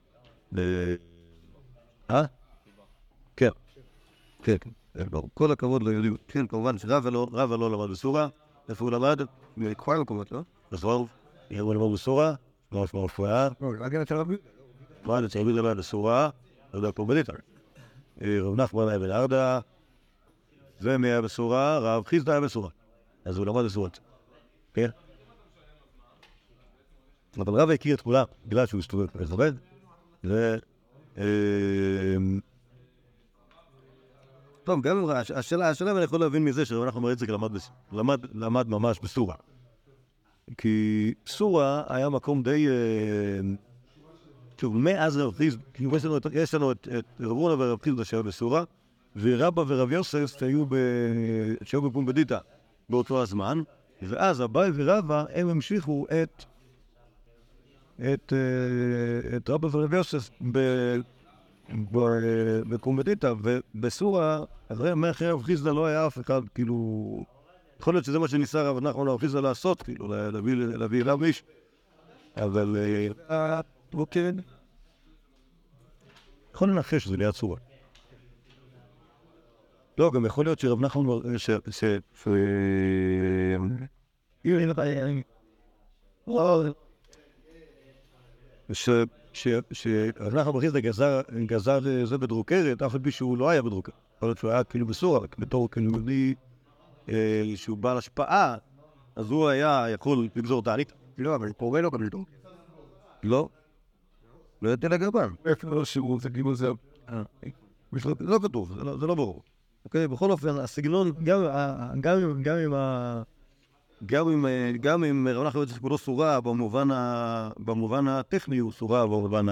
כן. כן. כל הכבוד ליהודים. כן, כמובן שרבא לא למד בסורה. איפה הוא למד? מכבר מקומות, לא? בסוף, הוא למד בסורה. לא שמור פויה. רק אין אצל רבי. מה, אצל רבי למד בסורה? לא יודע, פה בדיטר. רב נחמן אבן ארדה. ומי היה בסורה? רב חיסדא היה בסורה. אז הוא למד בסורות. כן? אבל רבא הכיר את כולם, בגלל שהוא הסתובב מכבד. טוב, גם השאלה אני יכול להבין מזה שרב נחמן בר יצחק למד ממש בסורה. כי סורה היה מקום די... שוב, מאז רב חיסדא, יש לנו את רב הונא ורב חיסדא שהיו בסורה, ורבא ורב יוסף שהיו בפומבדיתא באותו הזמן, ואז אביי ורבא הם המשיכו את רבא ורב יוסף בפומבדיתא, ובסורה, מאחרי רב חיסדא לא היה אף אחד, כאילו... יכול להיות שזה מה שניסה רב נחמן רב חיסדא לעשות, כאילו, להביא אליו איש, אבל... אוקיי. יכול לנחש שזה ליד סורה. לא, גם יכול להיות שרב נחמן שרב נחמן בר חיסדא גזר זה בדרוקרת, אף על פי שהוא לא היה בדרוקרת. יכול להיות שהוא היה כאילו בסורה, בתור כאילו שהוא בעל השפעה, אז הוא היה יכול לגזור תענית. לא, אבל פורה לא קבל טוב. לא? לא ידעתי לגבם. איפה שהוא תגידו זה... לא כתוב, זה לא ברור. אוקיי, בכל אופן, הסגנון, גם אם רב נחמן בר יצחק הוא לא סורה, במובן הטכני הוא סורה, במובן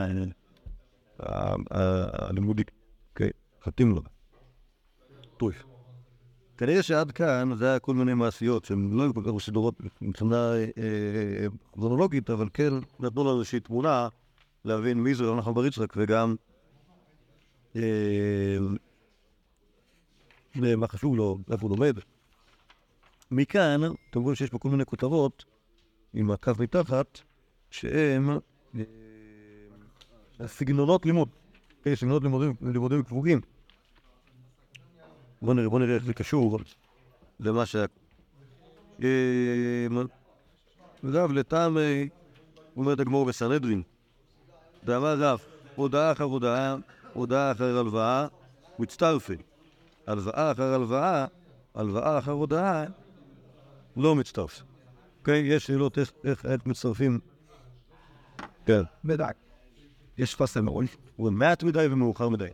הלימודי. אוקיי, חתים לו. טוב. כנראה שעד כאן זה היה כל מיני מעשיות שהן לא היו כל כך מסודרות מבחינה כרונולוגית, אבל כן נתנו לנו איזושהי תמונה להבין מי זה רב נחמן בר יצחק וגם מה חשוב לו, איפה הוא לומד. מכאן, אתם רואים שיש פה כל מיני כותרות עם הקו מתחת, שהם סגנונות לימוד. סגנונות לימודים קבועים. בוא נראה איך זה קשור למה שהיה. רב לטעם, אומרת הגמור בסנהדרין, ואמר רב, הודעה אחר הודעה, הודעה אחר הלוואה, מצטרפים. הלוואה אחר הלוואה, הלוואה אחר הודעה, לא מצטרף. אוקיי? יש שאלות איך מצטרפים. כן. בדק. יש פסה מאוד. הוא מעט מדי ומאוחר מדי.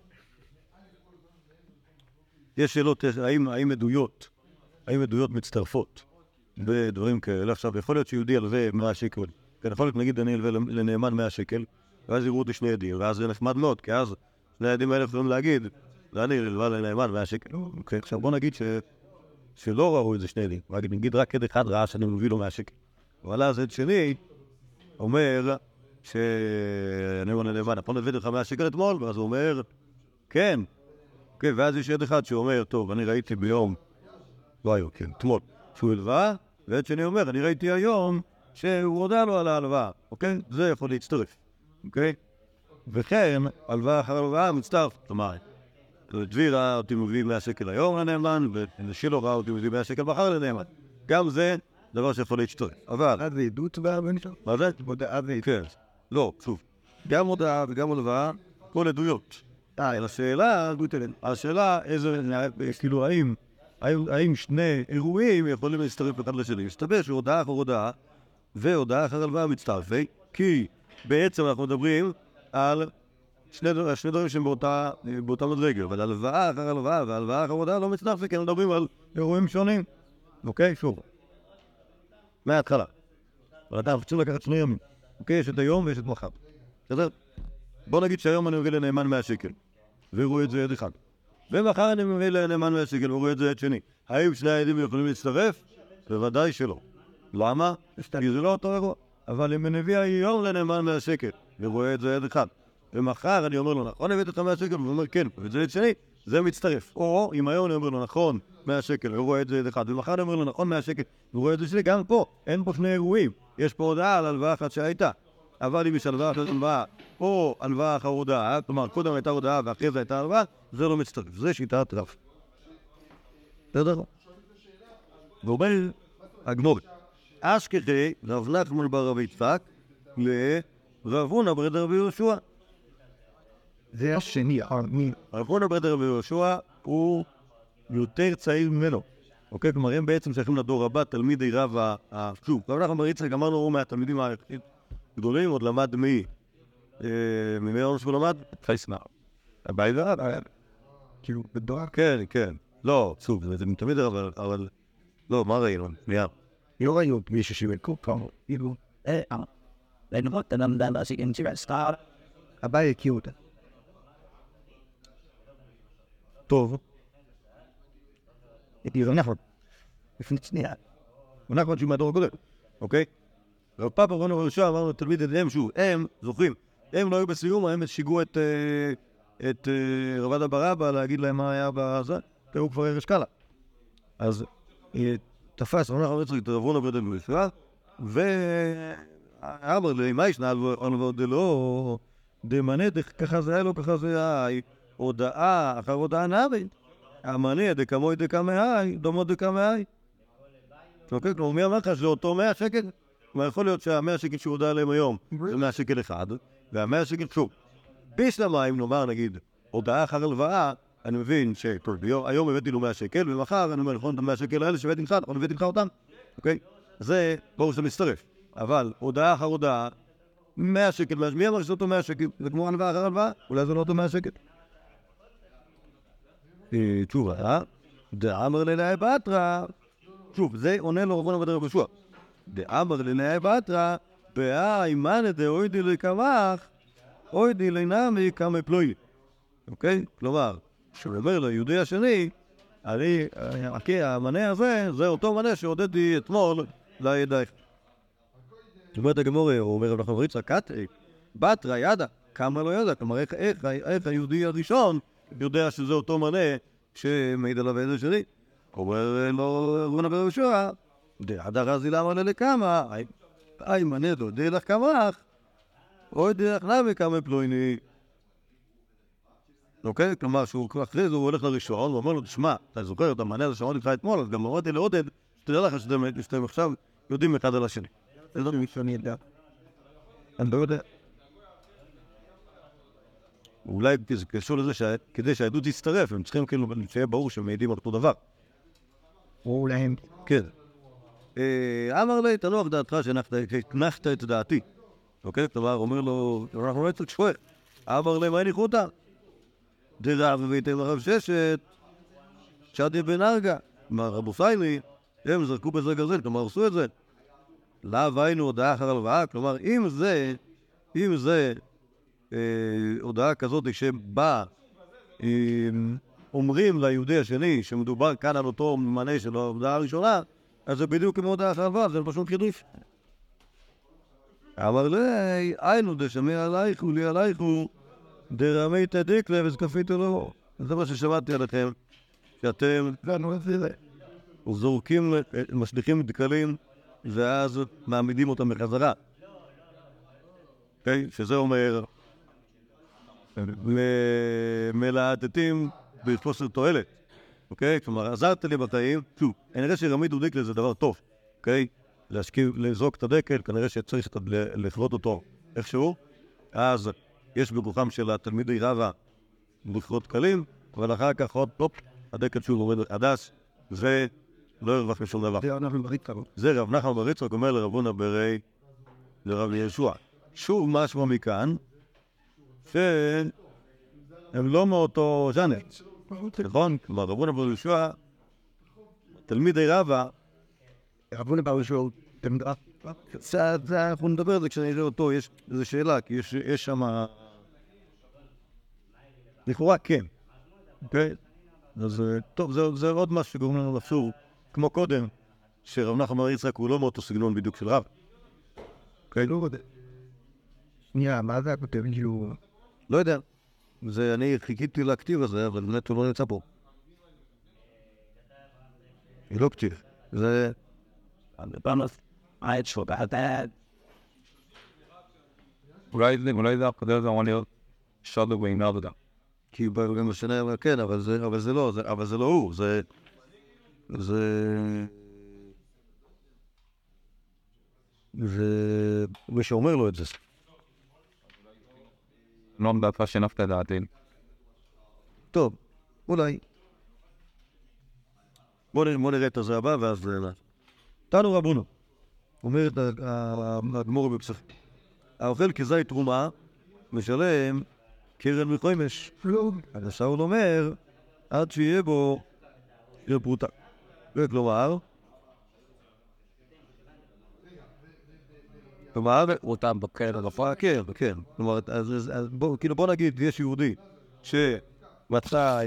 יש שאלות האם עדויות מצטרפות בדברים כאלה. עכשיו, יכול להיות שיהודי ילווה 100 שקל. כן, יכול להיות, נגיד, אני אלווה לנאמן 100 שקל, ואז יראו אותי שני עדים, ואז זה נחמד מאוד, כי אז שני העדים האלה יכולים להגיד, אני אלווה לנאמן 100 שקל. אוקיי, עכשיו בוא נגיד שלא ראו את זה שני עדים. נגיד רק עד אחד ראה שאני מביא לו 100 שקל. אבל אז עד שני אומר שאני אומר לנאמן, נכון הבאתי לך 100 שקל אתמול? ואז הוא אומר, כן. כן, ואז יש עד אחד שאומר, טוב, אני ראיתי ביום, לא היום, כן, אתמול, שהוא הלוואה, ועד שני אומר, אני ראיתי היום שהוא הודע לו על ההלוואה, אוקיי? זה יכול להצטרף, אוקיי? וכן, הלוואה אחר הלוואה מצטרף, כלומר, דביר ראה אותי מביא 100 שקל היום לנאמן, ושילו ראה אותי מביא 100 שקל מחר לנאמן. גם זה דבר שיכול להצטרף. אבל... אז זה עדות והרבה נשאר? מה זה? הודעה ועדות. כן. לא, שוב. גם הודעה וגם הלוואה, כל עדויות. השאלה איזה, כאילו, האם שני אירועים יכולים להצטרף אחד לשני. מסתבר שהודעה אחר הודעה והודעה אחר הלוואה מצטרפים, כי בעצם אנחנו מדברים על שני דברים שהם באותה מדרגה, אבל הלוואה אחר הלוואה והלוואה אחר הודעה לא מצטרפים, כי אנחנו מדברים על אירועים שונים. אוקיי? שוב. מההתחלה. אבל אתה צריך לקחת שני ימים. אוקיי? יש את היום ויש את מחר. בסדר? בוא נגיד שהיום אני מביא לנאמן 100 שקל, ורואה את זה עד אחד. ומחר אני מביא לנאמן 100 שקל, ורואה את זה עד שני. האם שני העדים יכולים להצטרף? בוודאי שלא. למה? כי זה לא אותו אירוע. אבל אם אני מביא היום לנאמן 100 שקל, ורואה את זה עד אחד, ומחר אני אומר לו, נכון, הבאת לך 100 שקל? והוא אומר, כן, ואת זה עד שני, זה מצטרף. או אם היום אני אומר לו, נכון, 100 שקל, ורואה את זה עד אחד, ומחר אני אומר לו, נכון, 100 שקל, ורואה את זה שני, גם פה, אין פה שני אירועים. יש פה הודעה על הלוואה אחת שהייתה. אבל אם יש הלוואה אחת הלוואה, או הלוואה אחר הודעה, כלומר, קודם הייתה הודעה ואחרי זה הייתה הלוואה, זה לא מצטרף. זה שיטת רב. בסדר? ואומר הגמור, אשכחי רב נחמן בר רב יצחק לרב הונא בן רבי יהושע. זה השני, רב הונא בן רבי יהושע הוא יותר צעיר ממנו. אוקיי? כלומר, הם בעצם שייכים לדור הבא, תלמידי רב שוב, רב נחמן בר יצחק אמרנו הוא מהתלמידים גדולים, עוד למד ממי עונש הוא למד? פייסנר. הבית זה כאילו, בדואר? כן, כן. לא, שוב, זה תמיד אבל... לא, מה ראינו? שנייה. לא ראינו מישהו שבקו כבר, כאילו, לנחות את המדע שכן שבסתר. הבית הכיר אותה. טוב. כאילו, נכון. לפני שנייה. אנחנו שהוא מהדור הקודם, אוקיי? רב פאפא רב הונא בר יהושע אמרנו תלמיד ידיהם שוב, הם, זוכרים, הם לא היו בסיום, הם שיגעו את רב עדה בר אבא להגיד להם מה היה בזה, כי הוא כבר הרש קלה. אז תפס רב נחמן בר יצחק את רב הונא בן רבי יהושע, ואמר לי, מה ישנה הלוואות דלא דמנה ככה זה היה לו, ככה זה היה, הודעה אחר הודעה נאבי, המנה דקמוי דקמאי, דומו דקמאי. אוקיי, כלומר, מי אמר לך שזה אותו 100 שקל? כלומר, יכול להיות שה100 שקל שהוא הודע עליהם היום זה 100 שקל אחד, וה100 שקל שוב. בשלמה, אם נאמר, נגיד, הודעה אחר הלוואה, אני מבין שהיום הבאתי לו 100 שקל, ומחר אני אומר, נכון, את ה100 שקל האלה שהבאתי לך, נכון, הבאתי לך אותם? אוקיי? זה ברור שזה מצטרף. אבל הודעה אחר הודעה, 100 שקל, מי אמר שזה אותו 100 שקל? זה כמו הלוואה אחר הלוואה? אולי זה לא אותו 100 שקל. תשובה, דאמר לנאי בתרא, שוב, זה עונה לו רב הונא בן רבי יהושע. דאמר לנאי בתרא, בהאי מנא דאוידי לקמח, אוידי לנמי קמי פלויי. אוקיי? כלומר, שהוא אומר ליהודי השני, המנה הזה, זה אותו מנה שהודדתי אתמול לידייך. זאת אומרת הגמור, הוא אומר רב נחמן בר יצחק, בתרא ידע, כמה לא ידע, כלומר איך היהודי הראשון יודע שזה אותו מנה שמעיד עליו איזה שני. אומר לו רב הונא בן רבי יהושע, דעדה רזי למה ללקמה, אי מנה דודי לך קמח, אוי דרך נמי קמי פלויני. אוקיי? כלומר, אחרי זה הוא הולך לראשון, ואומר לו, תשמע, אתה זוכר את המנה הזה שאמרתי לך אתמול, אז גם אמרתי לעודד, שתדע לך שאתם עכשיו יודעים אחד על השני. זה לא מישהו ידע. אני לא יודע. אולי זה קשור לזה שכדי שהעדות תצטרף, הם צריכים כאילו שיהיה ברור שהם מעידים על אותו דבר. או אולי הם... כן. אמר לי, תנוח דעתך שהנחת את דעתי. אוקיי? כלומר, אומר לו, אנחנו לא יצטרך שואל. אמר לי, מה הניחו אותה? דרב וביתן לרב ששת, שדי בן ארגה. כלומר, רבו סיילי, הם זרקו בזה גרזן, כלומר, עשו את זה. לאו היינו הודעה אחר הלוואה, כלומר, אם זה הודעה כזאת שבה אומרים ליהודי השני שמדובר כאן על אותו מנה של ההודעה הראשונה, אז זה בדיוק כמו הודעה אחר הלוואה, זה פשוט חידוש. אמר לי, היינו דשמע עלייך ולי עלייך דרמית דקלה וזקפית לו. זה מה ששמעתי עליכם, שאתם זורקים, משליכים דקלים ואז מעמידים אותם בחזרה. שזה אומר מלהטטים בחוסר תועלת. אוקיי? כלומר, עזרת לי בחיים. שוב, אני רואה שרמידו דקלה זה דבר טוב. אוקיי? לזרוק את הדקל, כנראה שצריך לכרות אותו איכשהו. אז יש בכוחם של התלמידי רבא לכרות דקלים, אבל אחר כך עוד טופ, הדקל שוב עומד חדש, ולא ירווח משום דבר. זה רב נחמן בר יצחק אומר לרב הונא ברי לרב ישוע. שוב משמע מכאן, שהם לא מאותו ז'אנר. נכון? כלומר, רב הונא בר ישוע, תלמידי רבא, רב הונא בר ישוע, אנחנו נדבר על זה כשאני אראה אותו, יש איזו שאלה, כי יש שם... לכאורה כן. אוקיי? אז טוב, זה עוד משהו שגורם לנו לחשוב, כמו קודם, שרב נחמן בר יצחק הוא לא מאותו סגנון בדיוק של רב. אוקיי? לא יודע. שנייה, מה זה הכותב? כאילו... לא יודע. אני חיכיתי לכתיב הזה, אבל באמת הוא לא נמצא פה. היא לא כתיב. זה... אולי זה הפקודה הזה אמור להיות שוד ובעינה עבודה. כי גם משנה, כן, אבל זה לא הוא, זה מי שאומר לו את זה. לא מדעתך שנפת דעתין. טוב, אולי. בוא נראה את הזה הבא, ואז... תנו רבונו. אומרת הגמור בפסח. האוכל כזית תרומה, משלם קרן מחומש. אז השאול אומר, עד שיהיה בו קרן פרוטה. כלומר, אותם בקרן הרפואה. כן. כלומר, בוא נגיד, יש יהודי שמצא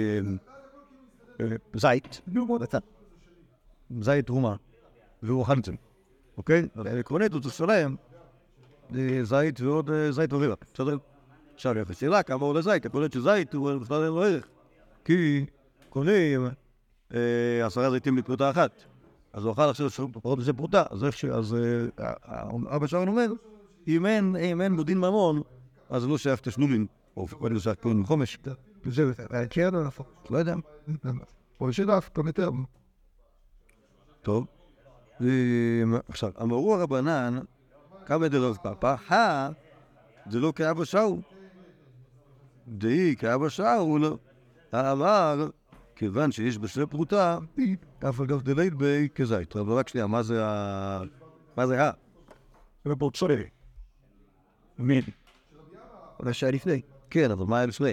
זית תרומה, והוא אכל את זה. אוקיי? עקרונית הוא תשלם זית ועוד זית וריבה. בסדר? עכשיו יחס שאלה כמה עולה זית, יכול להיות שזית הוא בכלל אין לו ערך. כי קונים 10 זיתים לפרוטה אחת. אז הוא אכל עכשיו פחות מזה פרוטה, אז אבא שלנו אומר, אם אין מודין ממון, אז לא שייך תשלומים. או לא שייך קרן מחומש. זה קרן או נפות? לא יודע. או שדף, אתה מתאר. טוב. עכשיו, אמרו הרבנן, כמה דרב פאפא, זה לא כאבא שאול. דהי כאבא שאול, אמר, כיוון שיש בשביל פרוטה, אף אגב דלית בי כזית. אבל רק שנייה, מה זה ה... זה פורצורי. מין. אבל שהיה לפני. כן, אבל מה היה לפני?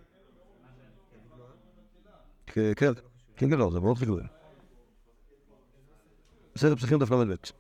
כן, לא, זה מאוד חשוב. בסדר, פסחים דף למד ב'.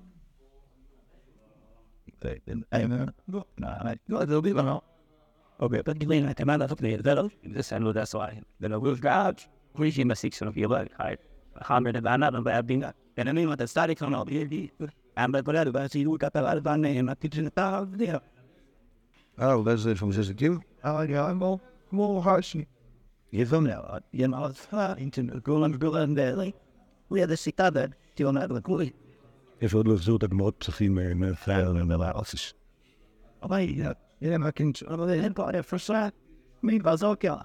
לא, זה לא בירה, לא. אוקיי, אבל גילים, אתם מה לעשות לי, זה לא, זה לא יודע סוואי. זה לא גוף גאד, קרישים בסיקסון of your life, החמר דבענה ובעבינה. ואני אתה סטאדי כאן, בי, אבל בלעד, ואז יהיו כתב על בנהם, התיג'ן את העבדיה. אולי זה חמישה זיתים? כמו הרשי. יפום now, אז אינטרנט, גולן דלי. הוא ידע סיטה דה, תיאונה לכולי. יש עוד להחזיר את הגמרות פסחים מהפער ומהאוסיס. אבל מה אבל אין פה פרסה, מי בזוקיה.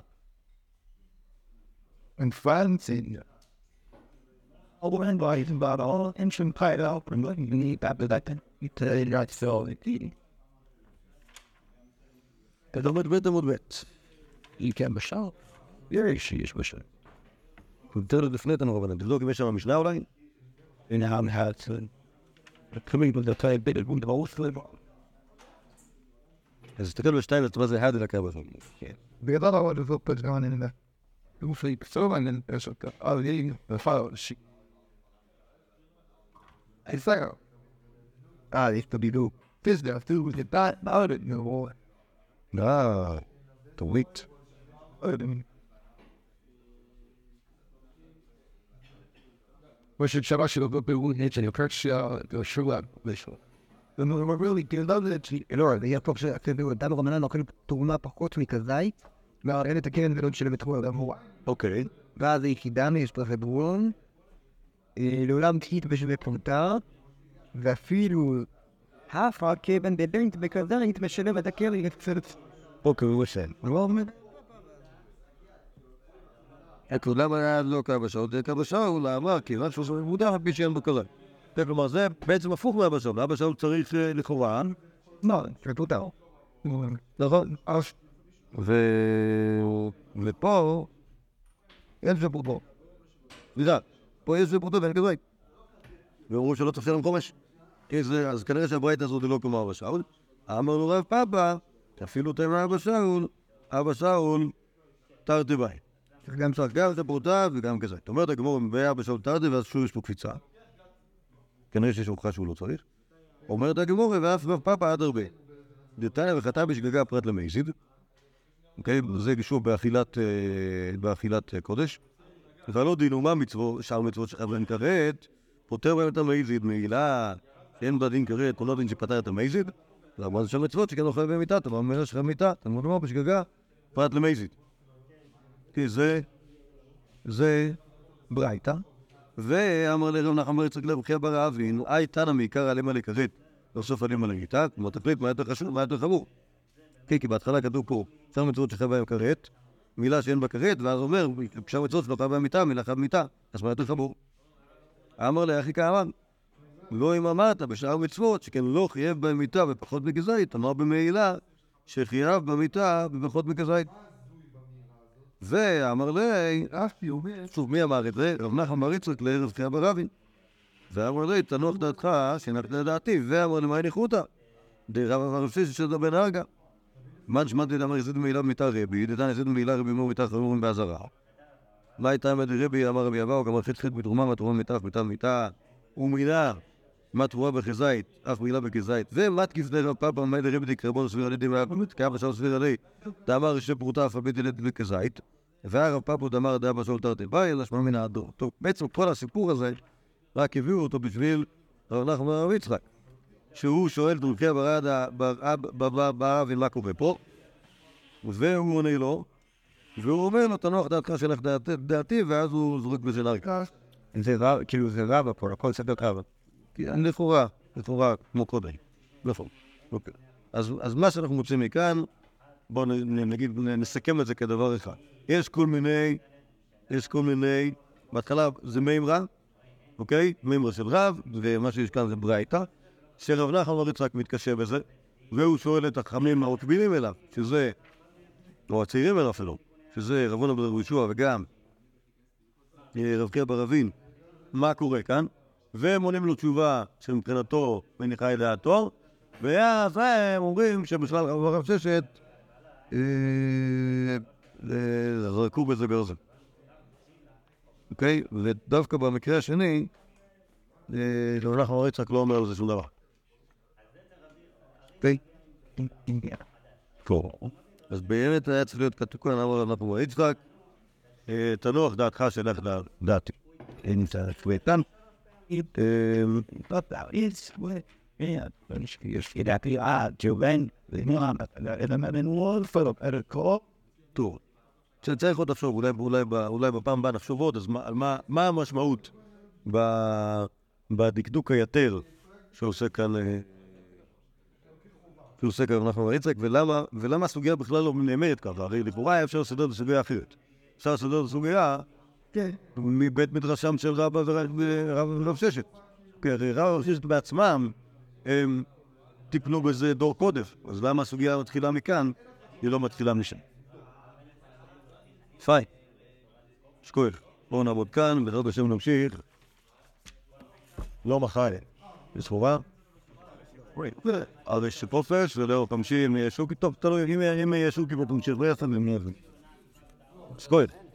En fancy. Over and by the bottle, and some pie out, and let me eat that, but I can eat it right so it eating. כדומת בית עמוד בית. You can be shot. Very serious mission. יותר לפני תנו רבנן, תבדוק אם יש שם משנה אולי? In how had to. Coming with the type bit of the whole flavor. אז תסתכל בשתיים לצבא זה אחד אל הקרבה שלנו. בגדול אבל זה פג'רן אין לה. הוא פליק סובן יש אותה. אבל היא נפל שי. איסר. יש תבידו. פיסדר, תראו, זה בעד את נבוא. תווית. ושל שבה שלו בפירון נצ'ן יוקר שיה ושולה בשלה. ומראה לי, תלדד אצלי, לא, זה יהיה פה שאתה יודע, ברמנה נוכל תרומה פחות מכזית, ואין את הקרן ולא תשלם את כל המורה. אוקיי. ואז היחידה יש בחברון, לעולם תהית בשווה פורטה, ואפילו כיוון בבנט בכזית משלם את הקרן קצת. אוקיי, הוא עושה. לא אומר? למה היה לא כמה שעות? כמה שעות, למה? כי רק שהוא מודע רק בשביל בקרה. כלומר, זה בעצם הפוך מאבא שאול. אבא שאול צריך לכאורה. לא, שפורטה. נכון. ופה אין שפורטה. סליחה, פה יש שפורטה ואין כזית. ואומרו שלא צריך לשלם חומש. אז כנראה שהברייתא הזאת היא לא כמו אבא שאול. אמר לו רב פאפא, אפילו תאמר אבא שאול תרתי ביי. גם צריך גם את הפורטה וגם כזה. זאת אומרת, הגמור באבא שאול תרתי ואז שוב יש פה קפיצה. כנראה שיש הוכחה שהוא לא צריך. אומרת הגמור ואף רב פאפא עד הרבה. דתניא וחטא בשגגה פרט למזיד. אוקיי? זה שוב באכילת קודש. ולא דינו מה מצוות, שאר מצוות שחברן כרת, פותר בהם את המזיד מעילה, שאין בה דין כרת, כל דין שפטר את המזיד. ואמר זה של מצוות שכן אוכל במיטה, תאמר מלא שלך במיטה, תלמוד לומר בשגגה פרט למזיד. כי זה ברייתא. ואמר לרב נחמן בר יצחק לב חייא בר אבין, אי תנא מעיקר עליהם על כרת, בסוף עליהם על המיטה, כלומר תחליט מה יותר חשוב, מה יותר חמור. כי בהתחלה כתוב פה, שאר מצוות שחייב בהם כרת, מילה שאין בה כרת, ואז אומר, שאר מצוות שלא חייב בהם מיטה, מילה חייב מיטה, אז מה יותר חמור? אמר לאחי כאמר, לא אם אמרת בשאר מצוות, שכן לא חייב בהם מיטה ופחות מכזית, אמר במעילה שחייב במיטה ופחות מכזית. ואמר לי, שוב, מי אמר את זה? רב נחמן בר יצחק לרב חייא בר אבין. ואמר לי, תנוח דעתך, שנחת לדעתי, ואמר למאי ניחותא. דרב רב שישי שדה בן הרגה. מן שמעתי דאמר יזיד במעילה במיטה רבי, דתן יזיד במעילה רבי מור מיטה חמורים באזהרה. מה הייתה עמד רבי, אמר רבי אבאו, אמר חטא בתרומה, מה תרומה מיטה, מיטה מיטה, ומילה, מה תרומה בכזית, אף מילה בכזית. ומת כפני רב פאפא, מה רבי דקרבון סביר עלי דמי, כאבא שאול סביר עלי, דאמר שפרוטה אף הבית ילד בכזית, והרב פאפא דאמר דאבא שאול תרתי ביי, אלא שמע מן הדור. טוב, בעצם כל הסיפור הזה, רק הביאו אותו בשביל רב נחמן בר יצחק, שהוא שואל דרכי באבין מה קורה פה, והוא עונה לו, והוא אומר לו, תנוח דעתך שלך דעתי, ואז הוא זורק בזה לרקע. זה רב, כאילו זה רב פה, הכל סדר רב. לכאורה, כמו קודם. נכון. אוקיי. אז מה שאנחנו מוצאים מכאן, בואו נגיד, נסכם את זה כדבר אחד. יש כל מיני, בהתחלה זה מימרה, אוקיי? מימרה של רב, ומה שיש כאן זה ברייתא, שרב נחמן בר יצחק מתקשה בזה, והוא שואל את החכמים המקבילים אליו, שזה, או הצעירים אליו אפילו, שזה רב הונא בן רבי יהושע וגם רב חייא בר אבין, מה קורה כאן? והם עונים לו תשובה שמבחינתו מניחה את דעתו, ואז הם אומרים שבכלל רב ששת זרקו בזה ברזל. אוקיי? ודווקא במקרה השני, רב נחמן בר יצחק לא אומר על זה שום דבר. אוקיי? אז באמת היה צריך להיות כתוב כאן, אמר רב נחמן בר יצחק, תנוח דעתך שלך דעתי. אין נמצא כאן. טוב, צריך עוד לחשוב, אולי בפעם הבאה נחשוב עוד, אז מה המשמעות בדקדוק היתר שעושה כאן רב נחמן בר יצחק, ולמה הסוגיה בכלל לא נאמרת ככה? הרי לכאורה אפשר לסדר את הסוגיה אחרת. אפשר לסדר את הסוגיה מבית מדרשם של רבא ורב ששת. כי הרי רבא ורב ששת בעצמם הם טיפלו בזה דור קודם, אז למה הסוגיה מתחילה מכאן, היא לא מתחילה משם. פיי. שקול. בואו נעבוד כאן, בעזרת השם נמשיך. לא מחר. בסחורה. אז יש פופש, ולאו תמשיך, אם יהיה שוקי, טוב, תלוי, אם יהיה שוקי ותמשיך, לא יעשה ממנו. שקול.